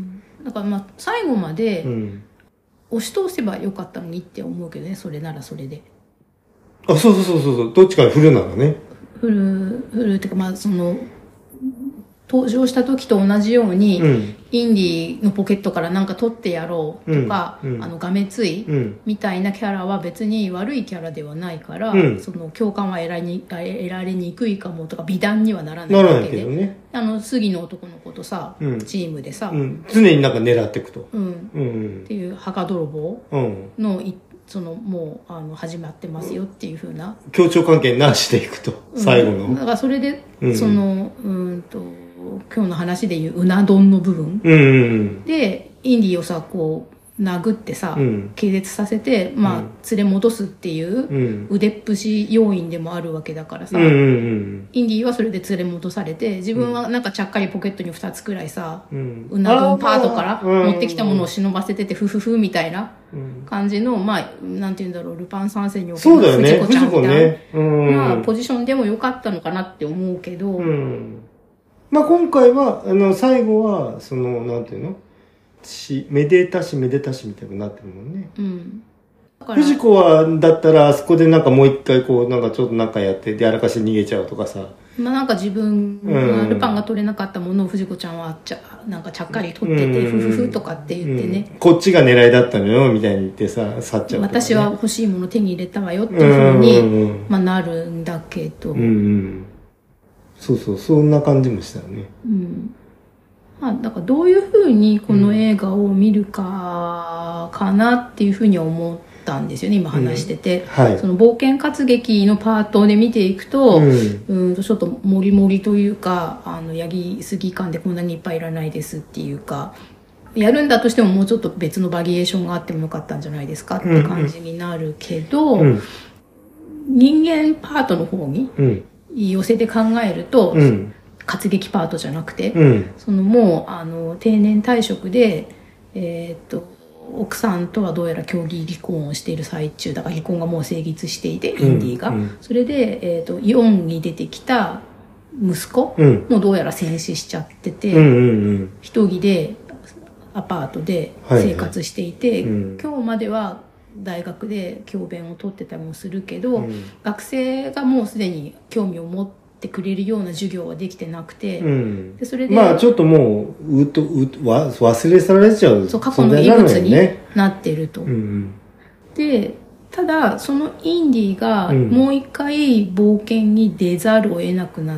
Speaker 2: だからまあ最後まで押し通せばよかったのにって思うけどね、それならそれで。
Speaker 1: あ、そうそうそうそう、どっちか振るならね。
Speaker 2: 振るっていうか、まあその、登場した時と同じように、インディのポケットからなんか取ってやろうとか、がめついみたいなキャラは別に悪いキャラではないから、その共感は得られにくいかもとか美談にはならないわけで、ね、杉の男の子とさ、チームでさ、
Speaker 1: 常になんか狙っていくと、
Speaker 2: っていう墓泥棒のそのもう始まってますよっていう風な
Speaker 1: 協調関係なしでいくと、最後の、
Speaker 2: だからそれで、その今日の話でいううな丼の部分、でインディをさこう殴ってさ、気絶させて、まあ連れ戻すっていう腕っぷし要因でもあるわけだからさ、インディはそれで連れ戻されて、自分はなんかちゃっかりポケットに2つくらいさ、うな丼パートから持ってきたものを忍ばせててフフフみたいな感じの、まあなんて言うんだろう、ルパン三世における藤子ちゃんみたいなポジションでもよかったのかなって思うけど、
Speaker 1: まあ今回は最後はそのなんていうの、めでたしめでたしみたいになってるもんね。藤子はだったらあそこでなんかもう一回こうなんかちょっと仲やってでやらかして逃げちゃうとかさ。
Speaker 2: まあなんか自分がルパンが取れなかったものを藤子ちゃんはなんかちゃっかり取ってて、フフフとかって言ってね、
Speaker 1: こっちが狙いだったのよみたいに言ってさ去っちゃうとか、ね、
Speaker 2: 私は欲しいもの手に入れたわよっていうふうに、まあ、なるんだけど、
Speaker 1: そうそう、そんな感じもしたよね。
Speaker 2: まあ、だからどういうふうにこの映画を見るかなっていうふうに思ったんですよね、今話してて。その冒険活劇のパートで見ていくと、ちょっとモリモリというか、やりすぎ感でこんなにいっぱいいらないですっていうか、やるんだとしてももうちょっと別のバリエーションがあってもよかったんじゃないですかって感じになるけど、人間パートの方に寄せて考えると、活劇パートじゃなくて、そのもう定年退職で奥さんとはどうやら協議離婚をしている最中だから、離婚がもう成立していて、インディが、それで4に出てきた息子もどうやら戦死しちゃってて、一人でアパートで生活していて、今日までは大学で教鞭を取ってたりもするけど、学生がもうすでに興味を持ってくれるような授業はできてなくて、でそれで
Speaker 1: まあちょっともう忘れ去られちゃう、
Speaker 2: そう過去の遺物になってると。でただそのインディがもう一回冒険に出ざるを得なくなって、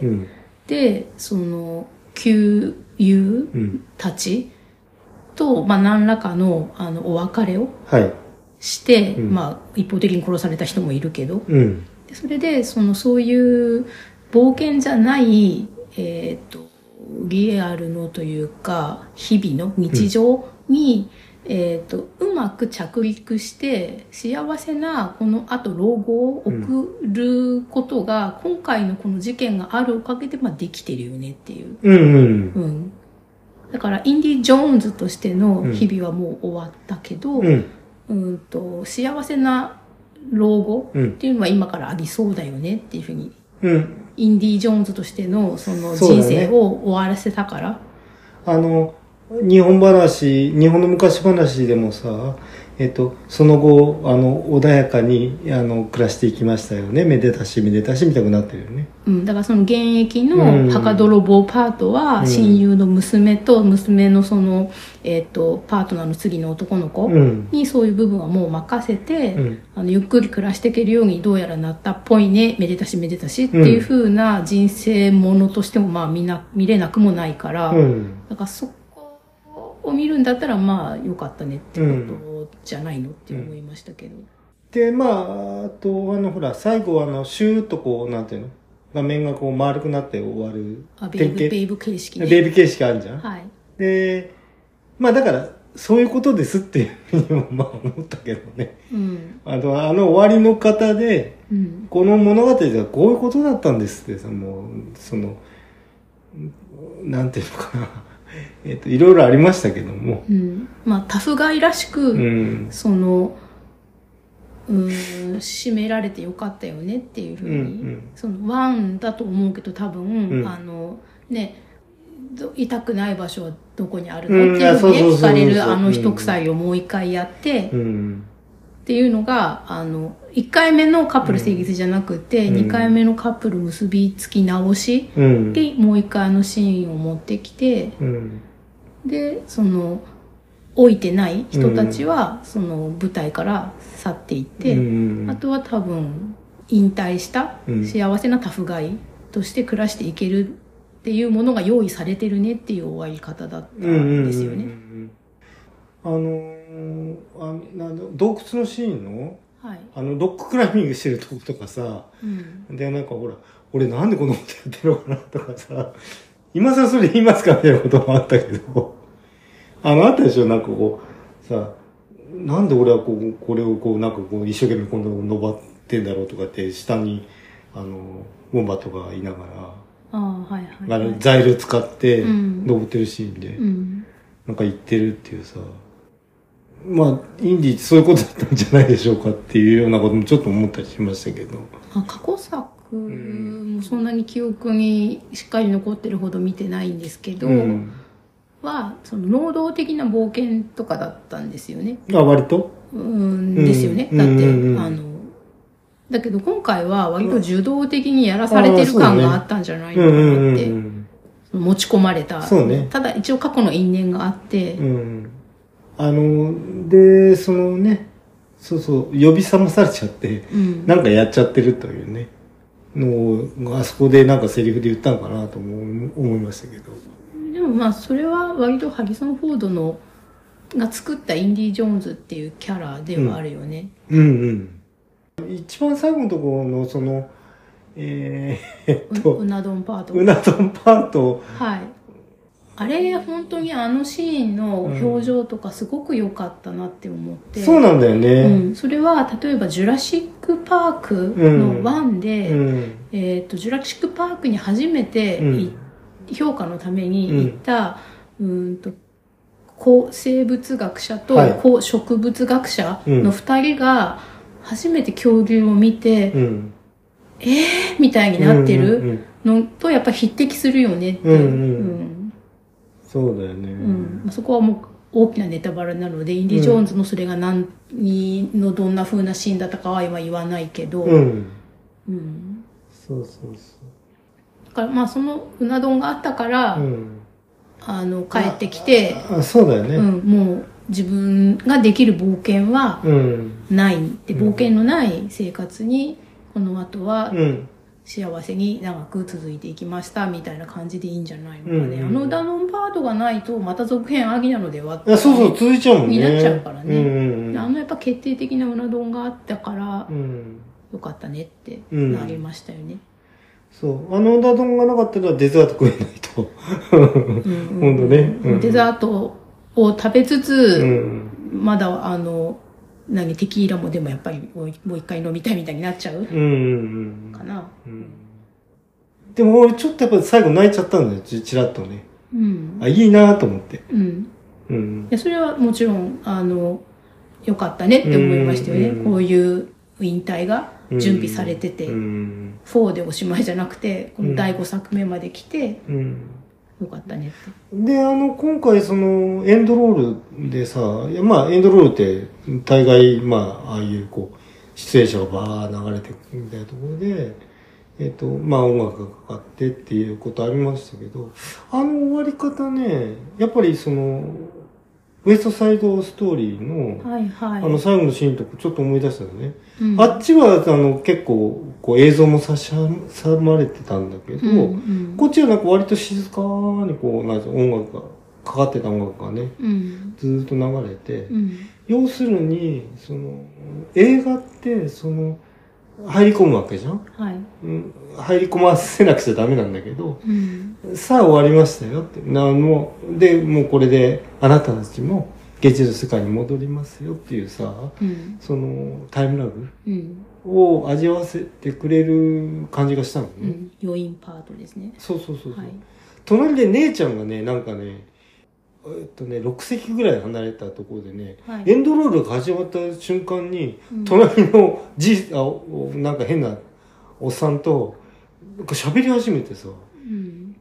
Speaker 2: でその旧友たちと、まあ、何らかのお別れをして、まあ、一方的に殺された人もいるけど、でそれでそういう冒険じゃないリアルのというか日々の日常に、うまく着陸して幸せなこの後老後を送ることが、今回のこの事件があるおかげでまあできてるよねっていう、だからインディ・ジョーンズとしての日々はもう終わったけど、幸せな老後っていうのは今からありそうだよねっていうふうに、インディ・ジョーンズとしてのその人生を終わらせたから、
Speaker 1: 日本の昔話でもさ、その後穏やかに暮らしていきましたよね、めでたしめでたしみたいになってるよね。
Speaker 2: だからその現役の墓泥棒パートは、親友の娘と娘のその、パートナーの次の男の子にそういう部分はもう任せて、ゆっくり暮らしていけるようにどうやらなったっぽいね、めでたしめでたしっていう風な人生ものとしてもまあ見れなくもないから、だからそこを見るんだったらまあよかったねってことじゃないのって思いましたけど。
Speaker 1: でまああとほら最後はシューッとこうなんていうの、画面がこう丸くなって終わる
Speaker 2: ベイブ形式ね。
Speaker 1: ベイブ形式あるじゃん。でまあだからそういうことですっていうふうにもまあ思ったけどね。終わりの方で、この物語ではこういうことだったんですってさ、もうなんていうのかな。いろいろありましたけども、
Speaker 2: まあタフガイらしく、締められてよかったよねっていうふうに、そのワンだと思うけど多分、ね痛くない場所はどこにあるのっていうふうに聞かれるあの一鎖をもう一回やって、っていうのが、1回目のカップル成立じゃなくて、2回目のカップル結びつき直しで、もう1回シーンを持ってきて、で、老いてない人たちは、その舞台から去っていって、あとは多分、引退した幸せなタフガイとして暮らしていけるっていうものが用意されてるねっていう終わり方だったんですよね。
Speaker 1: 洞窟のシーンの、はい、ロッククライミングしてるとことかさ、で、なんかほら、俺なんでこんなことやってるのかなとかさ、今更それ言いますかみたいなこともあったけど、あったでしょなんかこう、さ、なんで俺はこれをなんか一生懸命今度登ってんだろうとかって、下に、ウォンバットがいながら、材料使って登ってるシーンで、なんか言ってるっていうさ、まあ、インディーってそういうことだったんじゃないでしょうかっていうようなこともちょっと思ったりしましたけど。
Speaker 2: 過去作もそんなに記憶にしっかり残ってるほど見てないんですけど、その能動的な冒険とかだったんですよね。
Speaker 1: 割と
Speaker 2: ですよね。だって、だけど今回は割と受動的にやらされてる感があったんじゃないのかなって。持ち込まれた。ただ一応過去の因縁があって、
Speaker 1: で、呼び覚まされちゃって、なんかやっちゃってるというね、のを、あそこでなんかセリフで言ったのかなと思いましたけど。
Speaker 2: でもそれは割とハリソン・フォードが作ったインディ・ジョーンズっていうキャラではあるよね。
Speaker 1: 一番最後のところの
Speaker 2: うな丼パート。
Speaker 1: うな丼パート。
Speaker 2: はい。あれ、本当にあのシーンの表情とかすごく良かったなって思って。
Speaker 1: そうなんだよね。
Speaker 2: それは、例えば、ジュラシック・パークの1で、ジュラシック・パークに初めて、評価のために行った、生物学者と植物学者の2人が初めて恐竜を見て、みたいになってるのとやっぱ匹敵するよねって。
Speaker 1: そうだよね。
Speaker 2: そこはもう大きなネタバレなので、インディ・ジョーンズのそれがどんな風なシーンだったかは今言わないけど、
Speaker 1: そう。
Speaker 2: だからそのうな丼があったから、帰ってきて、
Speaker 1: そうだよね。
Speaker 2: もう自分ができる冒険はない。で、冒険のない生活に、この後は幸せに長く続いていきましたみたいな感じでいいんじゃないのかね。うな丼パートがないとまた続編ありなのではって、
Speaker 1: そう続いちゃうもんね。
Speaker 2: になっちゃうからね。やっぱ決定的なうな丼があったから、よかったねってなりましたよね。
Speaker 1: そう。うな丼がなかったらデザート食えないと。本当ね。
Speaker 2: デザートを食べつつ、まだテキーラもでもやっぱりもう一回飲みたいみたいになっちゃうかな。
Speaker 1: でも俺ちょっとやっぱ最後泣いちゃったんだよ、ちらっとね。いいなと思って。
Speaker 2: いや、それはもちろん、よかったねって思いましたよね。こういう引退が準備されてて、4でおしまいじゃなくて、この第5作目まで来て、よかったねって。
Speaker 1: で、今回エンドロールでさ、エンドロールって大概、ああいう出演者がバー流れてくみたいなところで、音楽がかかってっていうことありましたけど、終わり方ね、やっぱりウエストサイドストーリーの、最後のシーンとかちょっと思い出したよね。あっちは、結構、映像も差し挟まれてたんだけど、こっちはなんか割と静かに音楽が、かかってた音楽がね、ずーっと流れて、要するに、映画って、入り込むわけじゃん、入り込ませなくちゃダメなんだけど、さあ終わりましたよって。もうこれであなたたちも現実の世界に戻りますよっていうさ、タイムラグを味わわせてくれる感じがしたのね。
Speaker 2: 余韻パートですね。
Speaker 1: そう。隣で姉ちゃんがね、なんかね、6席ぐらい離れたところでね、エンドロールが始まった瞬間に、隣のなんか変なおっさんと、なんか喋り始めてさ、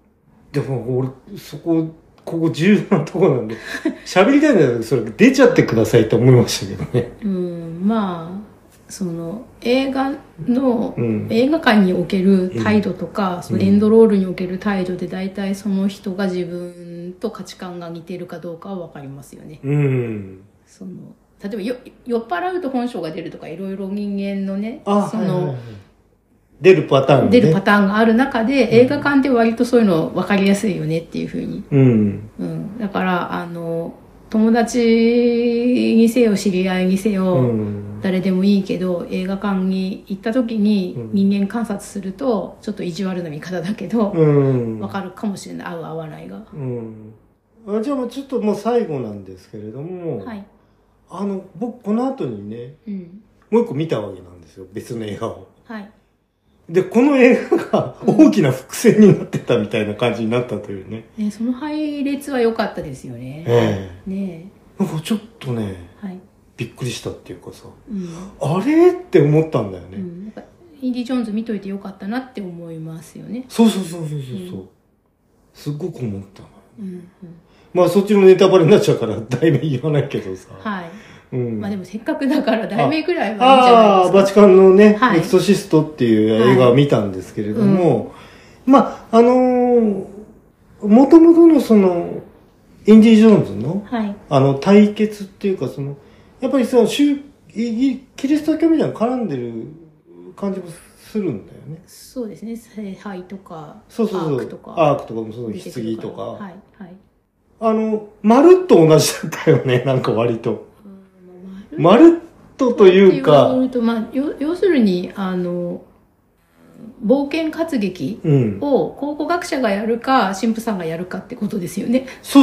Speaker 1: でも俺、ここ重要なとこなんで、喋りたいんだけど、それ出ちゃってくださいと思いましたけどね。
Speaker 2: まあ、映画館における態度とか、そのエンドロールにおける態度で大体その人が自分と価値観が似てるかどうかは分かりますよね。例えば酔っ払うと本性が出るとかいろいろ人間のね、
Speaker 1: 出るパターン、
Speaker 2: 出るパターンがある中で、映画館で割とそういうの分かりやすいよねっていうふうに。だから、友達にせよ知り合いにせよ、誰でもいいけど、映画館に行った時に人間観察すると、ちょっと意地悪な見方だけど、分かるかもしれない。合う合わないが。
Speaker 1: じゃあちょっともう最後なんですけれども、はい、僕この後にね、もう一個見たわけなんですよ。別の映画を。はい。で、この映画が大きな伏線になってたみたいな感じになったというね。
Speaker 2: その配列は良かったですよね。
Speaker 1: なんかちょっとね、びっくりしたっていうかさ、あれって思ったんだよね。
Speaker 2: なんかインディ・ジョーンズ見といてよかったなって思いますよね。
Speaker 1: そう。すっごく思ったの。まあそっちのネタバレになっちゃうから題名言わないけどさ。はい。まあでもせっかくだから題名ぐらいはいいんじゃないですか。 バチカンのね、エクソシストっていう映画を見たんですけれども、まあもともとのインディ・ジョーンズの、対決っていうかやっぱりキリスト教みたいなの絡んでる感じもするんだよね。
Speaker 2: そうですね。聖杯とか、
Speaker 1: アークとかも棺とか。まるっと同じだったよね、なんか割と。まるっとというか。
Speaker 2: 要するに、冒険活劇を考古学者がやるか、神父さんがやるかってことですよね。
Speaker 1: そう。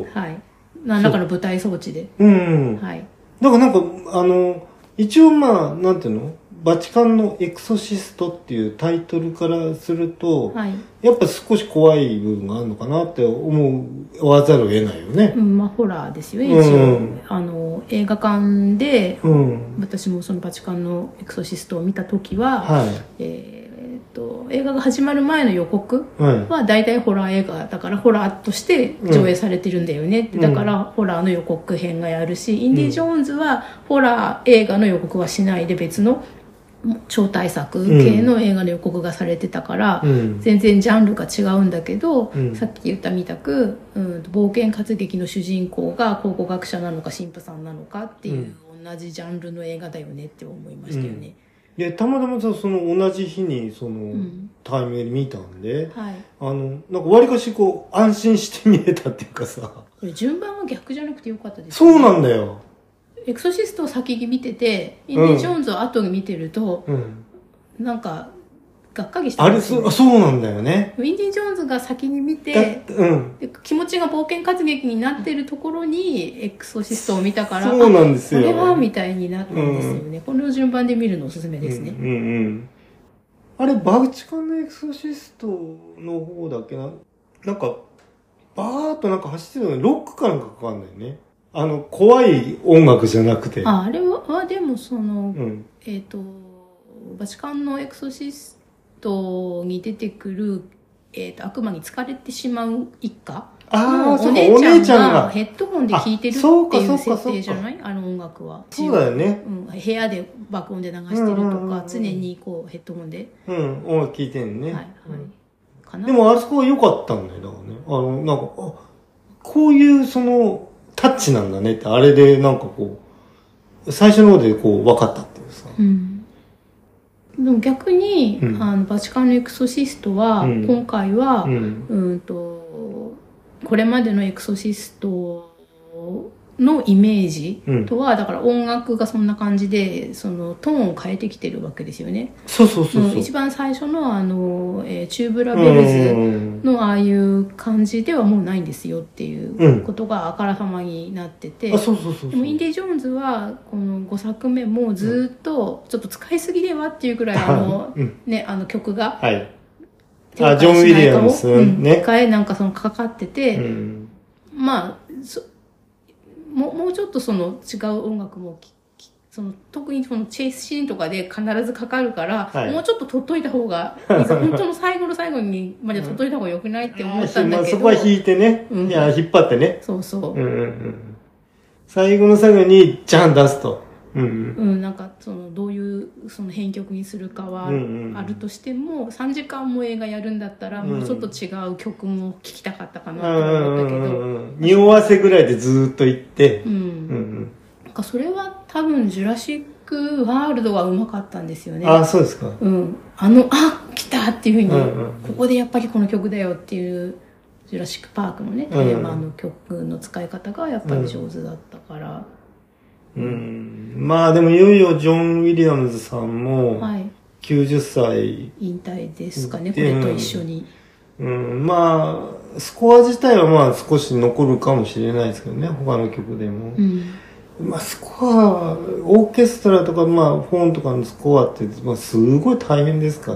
Speaker 2: はい。何らかの舞台装置で。
Speaker 1: はい。だからなんか、一応なんていうの？バチカンのエクソシストっていうタイトルからすると、やっぱ少し怖い部分があるのかなって思わざるを得ないよね。
Speaker 2: ホラーですよね、一応。映画館で、私もそのバチカンのエクソシストを見たときは、映画が始まる前の予告は大体ホラー映画だからホラーとして上映されてるんだよねって、だからホラーの予告編がやるし、インディ・ジョーンズはホラー映画の予告はしないで別の超大作系の映画の予告がされてたから、全然ジャンルが違うんだけど、さっき言ったみたく、冒険活劇の主人公が考古学者なのか神父さんなのかっていう、同じジャンルの映画だよねって思いましたよね。
Speaker 1: でたまたま同じ日にタイミングで見たんで、なんかわりかし安心して見れたっていうかさ。
Speaker 2: 順番は逆じゃなくてよかったです
Speaker 1: ね。そうなんだよ。
Speaker 2: エクソシストを先に見てて、インディ・ジョーンズを後に見てると、なんか、がっかりしたんですよ、ね。
Speaker 1: そうなんだよね。
Speaker 2: インディ・ジョーンズが先に見て、気持ちが冒険活劇になってるところに、エクソシストを見たから、
Speaker 1: そうなんですよ。
Speaker 2: これはみたいになったんですよね。この順番で見るのおすすめですね。
Speaker 1: あれ、バチカンのエクソシストの方だっけな、なんか、バーっとなんか走ってるのにロックかなんかかかんないね。怖い音楽じゃなくて。
Speaker 2: あれはでもバチカンのエクソシストに出てくる、悪魔に疲れてしまう一家のお姉ちゃんがヘッドホンで聴いてるっていう設定じゃない？音楽は。
Speaker 1: そうだよね。
Speaker 2: 部屋で爆音で流してるとか、常にヘッドホンで。
Speaker 1: 音楽聴いてるね。でもあそこは良かったんだよ。だからね。なんか、こういうタッチなんだねって、あれでなんか最初の方で分かったっていうさ。
Speaker 2: でも逆に、バチカンのエクソシストは、今回は、これまでのエクソシストのイメージとは、だから音楽がそんな感じで、トーンを変えてきてるわけですよね。
Speaker 1: そう。
Speaker 2: 一番最初のチューブラベルズのああいう感じではもうないんですよっていうことがあからさまになってて、でもインディ・ジョーンズはこの5作目もずっとちょっと使いすぎではっていうくらい曲が、
Speaker 1: ジョン・ウィリアムスね。
Speaker 2: なんかかかってて、まあもうちょっと違う音楽も特にそのチェイスシーンとかで必ずかかるから、はい、もうちょっと撮っといた方が、本当の最後の最後にまで撮っといた方が良くないって思ったんだけど。
Speaker 1: そこは引いてね。いや、引っ張ってね。
Speaker 2: そうそう。
Speaker 1: 最後の最後に、ジャン出すと。
Speaker 2: なんか、どういう、編曲にするかはあるとしても、3時間も映画やるんだったら、もうちょっと違う曲も聴きたかったかなと思ったけど。
Speaker 1: 匂わせぐらいでずーっと行って。
Speaker 2: なんかそれは多分、ジュラシック・ワールドがうまかったんですよね。
Speaker 1: あ、そうですか。
Speaker 2: 来たっていうふうに、ここでやっぱりこの曲だよっていう、ジュラシック・パークのね、テーマの曲の使い方がやっぱり上手だったから。
Speaker 1: まあでもいよいよジョン・ウィリアムズさんも90歳、
Speaker 2: 引退ですかね、これと一緒に。
Speaker 1: まあスコア自体はまあ少し残るかもしれないですけどね、他の曲でも。まあスコア、オーケストラとかまあフォンとかのスコアって、まあ、すごい大変ですから。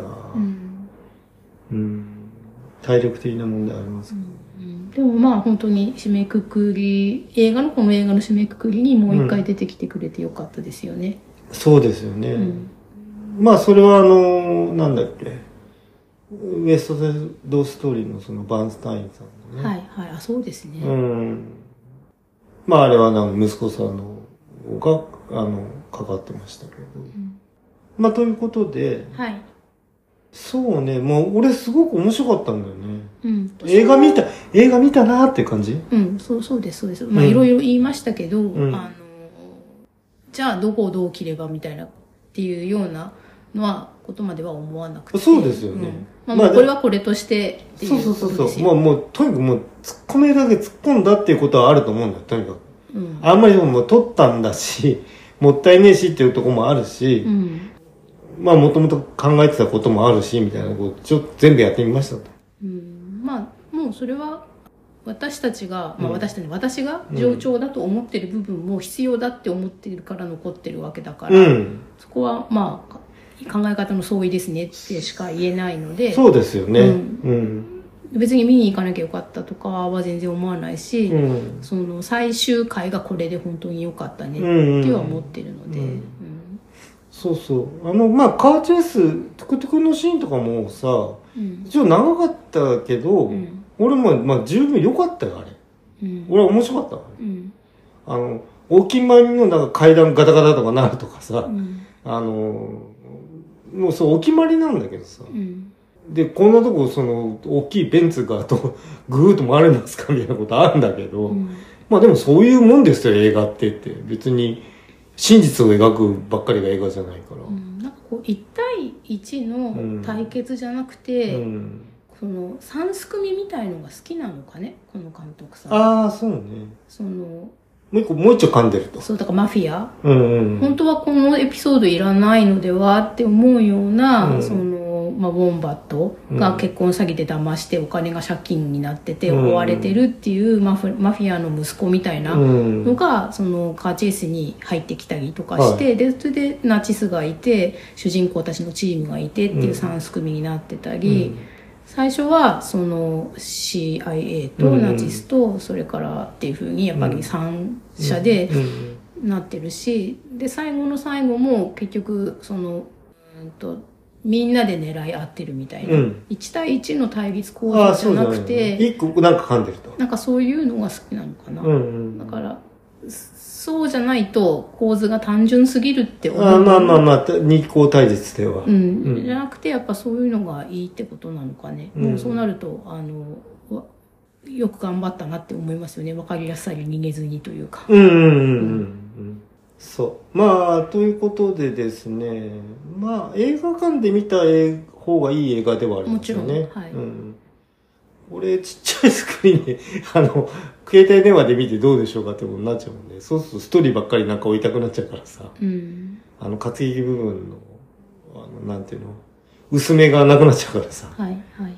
Speaker 1: 体力的な問題ありますけど。
Speaker 2: でもまあ本当に締めくくり、この映画の締めくくりにもう一回出てきてくれてよかったですよね。
Speaker 1: そうですよね。まあそれはなんだっけ、ウエストサイドストーリーのそのバーンスタインさんのね。
Speaker 2: はい、あ、そうですね。
Speaker 1: まああれは息子さんのが、かかってましたけど。まあということで、そうね、もう俺すごく面白かったんだよね。映画見たなーっていう感じ？
Speaker 2: そうです。まあいろいろ言いましたけど、じゃあどこをどう切ればみたいなっていうようなのは、ことまでは思わなくて。
Speaker 1: そうですよね。
Speaker 2: まあこれはこれとしてっていうことですよ。
Speaker 1: そう。もうとにかくもう突っ込めるだけ突っ込んだっていうことはあると思うんだよ、とにかく。あんまりもう撮ったんだし、もったいねえしっていうところもあるし、まあもともと考えてたこともあるしみたいなことを全部やってみましたと。
Speaker 2: まあもうそれは私たちが、私が冗長だと思ってる部分も必要だって思ってるから残ってるわけだから、そこはまあ考え方の相違ですねってしか言えないので。
Speaker 1: そうですよね。
Speaker 2: 別に見に行かなきゃよかったとかは全然思わないし、その最終回がこれで本当に良かったねっては思ってるので。
Speaker 1: そうそう。まあ、カーチェイス、トゥクトゥクのシーンとかもさ、一応長かったけど、俺も、まあ、十分良かったよ、あれ。俺は面白かった。お決まりのなんか階段ガタガタとかなるとかさ、もうそう、お決まりなんだけどさ。で、こんなとこ、大きいベンツがぐーっと回れますかみたいなことあるんだけど、まあでもそういうもんですよ、映画ってって。別に、真実を描くばっかりが映画じゃないから。
Speaker 2: なんかこう、1対1の対決じゃなくて、その、三すくみみたいのが好きなのかね、この監督さん。
Speaker 1: ああ、そうね。もう一丁噛んでると。
Speaker 2: そう、だからマフィア。本当はこのエピソードいらないのではって思うような、ウォンバットが結婚詐欺で騙してお金が借金になってて追われてるっていうマフィアの息子みたいなのが、そのカーチェイスに入ってきたりとかして、で、それでナチスがいて、主人公たちのチームがいてっていう3組になってたり、最初はその CIA とナチスとそれからっていうふうにやっぱり3者でなってるし、で最後の最後も結局みんなで狙い合ってるみたいな、1対1の対立構造じゃなくて、
Speaker 1: 一個なんか噛んでると、
Speaker 2: なんかそういうのが好きなのかな。だからそうじゃないと構図が単純すぎるって思う。
Speaker 1: まあ二項対立では、
Speaker 2: じゃなくてやっぱそういうのがいいってことなのかね。もうそうなるとよく頑張ったなって思いますよね。分かりやすさに逃げずにというか。
Speaker 1: そう。まあ、ということでですね、まあ、映画館で見た方がいい映画ではありますよね。もちろん。はい。俺、ちっちゃいスクリーンで、携帯電話で見てどうでしょうかってことになっちゃうんで、そうするとストーリーばっかりなんか置いたくなっちゃうからさ、活劇部分の、なんていうの、薄めがなくなっちゃうからさ。はい、はい。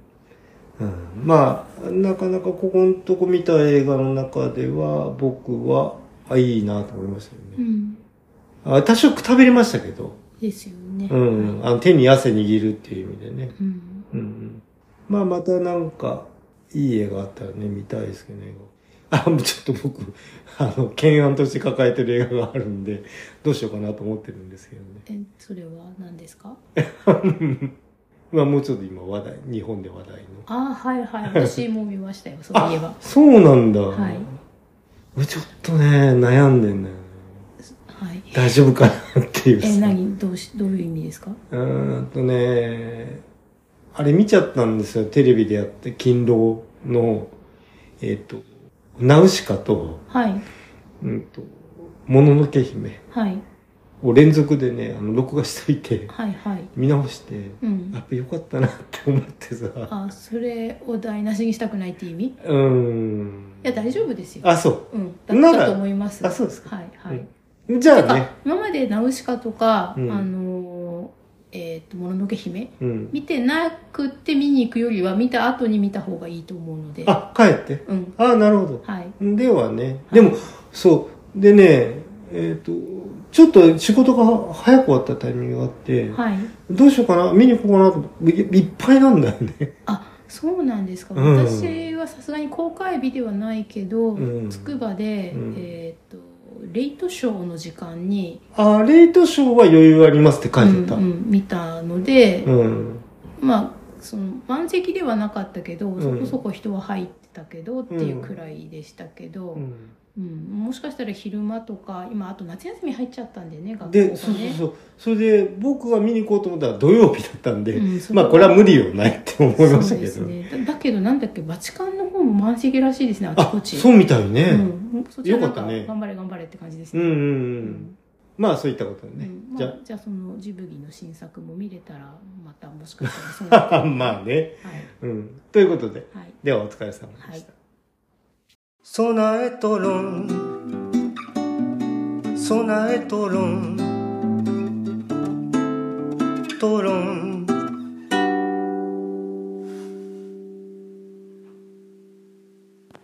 Speaker 1: まあ、なかなかここのとこ見た映画の中では、僕は、いいなと思いましたよね。多少くたびれましたけど。
Speaker 2: ですよね。
Speaker 1: 手に汗握るっていう意味でね。まあまたなんか、いい映画あったらね、見たいですけどね。 もうちょっと僕、懸案として抱えてる映画があるんで、どうしようかなと思ってるんですけどね。
Speaker 2: それは何ですか？
Speaker 1: まあもうちょっと今日本で話題の。
Speaker 2: はいはい。私も見ましたよ、そういえば。
Speaker 1: そうなんだ。
Speaker 2: はい。
Speaker 1: ちょっとね、悩んでんだよね。はい。大丈夫かなっていう。
Speaker 2: どういう意味ですか？
Speaker 1: あれ見ちゃったんですよ、テレビでやって、勤労の、ナウシカと、
Speaker 2: はい。
Speaker 1: もののけ姫。
Speaker 2: はい。
Speaker 1: を連続でね、録画しといて、
Speaker 2: はいはい。
Speaker 1: 見直して、やっぱよかったなって思ってさ。
Speaker 2: それを台無しにしたくないって意味？いや、大丈夫ですよ。
Speaker 1: そう。
Speaker 2: だと思います。
Speaker 1: そうですか。
Speaker 2: はいはい。
Speaker 1: じゃあね。
Speaker 2: 今までナウシカとか、もののけ姫、見てなくって見に行くよりは見た後に見た方がいいと思うので。
Speaker 1: 帰って。なるほど。
Speaker 2: はい。
Speaker 1: ではね。でも、そう。でね、ちょっと仕事が早く終わったタイミングがあって、どうしようかな、見に行こうかなと思って、いっぱいなんだよね。
Speaker 2: そうなんですか。私はさすがに公開日ではないけど、つくばで、レイトショーの時間に
Speaker 1: レイトショーは余裕ありますって書いてた、
Speaker 2: 見たので、まあその満席ではなかったけど、そこそこ人は入ってたけどっていうくらいでしたけど、もしかしたら昼間とか、今あと夏休み入っちゃったんでね、学校がね。で、
Speaker 1: そうそれで僕が見に行こうと思ったら土曜日だったんで、まあこれは無理よないって思いましたけど。そうですね。
Speaker 2: だけどなんだっけ、バチカンの方も満席らしいですね、あちこち。
Speaker 1: そうみたいね。
Speaker 2: そちらなんか頑張れ頑張れって感じですね。
Speaker 1: まあそういったことね。
Speaker 2: じゃあそのジブリの新作も見れたら、またもしかしたら
Speaker 1: そうまあね。ということで、ではお疲れ様でした。備えとろん、備えとろん、とろん。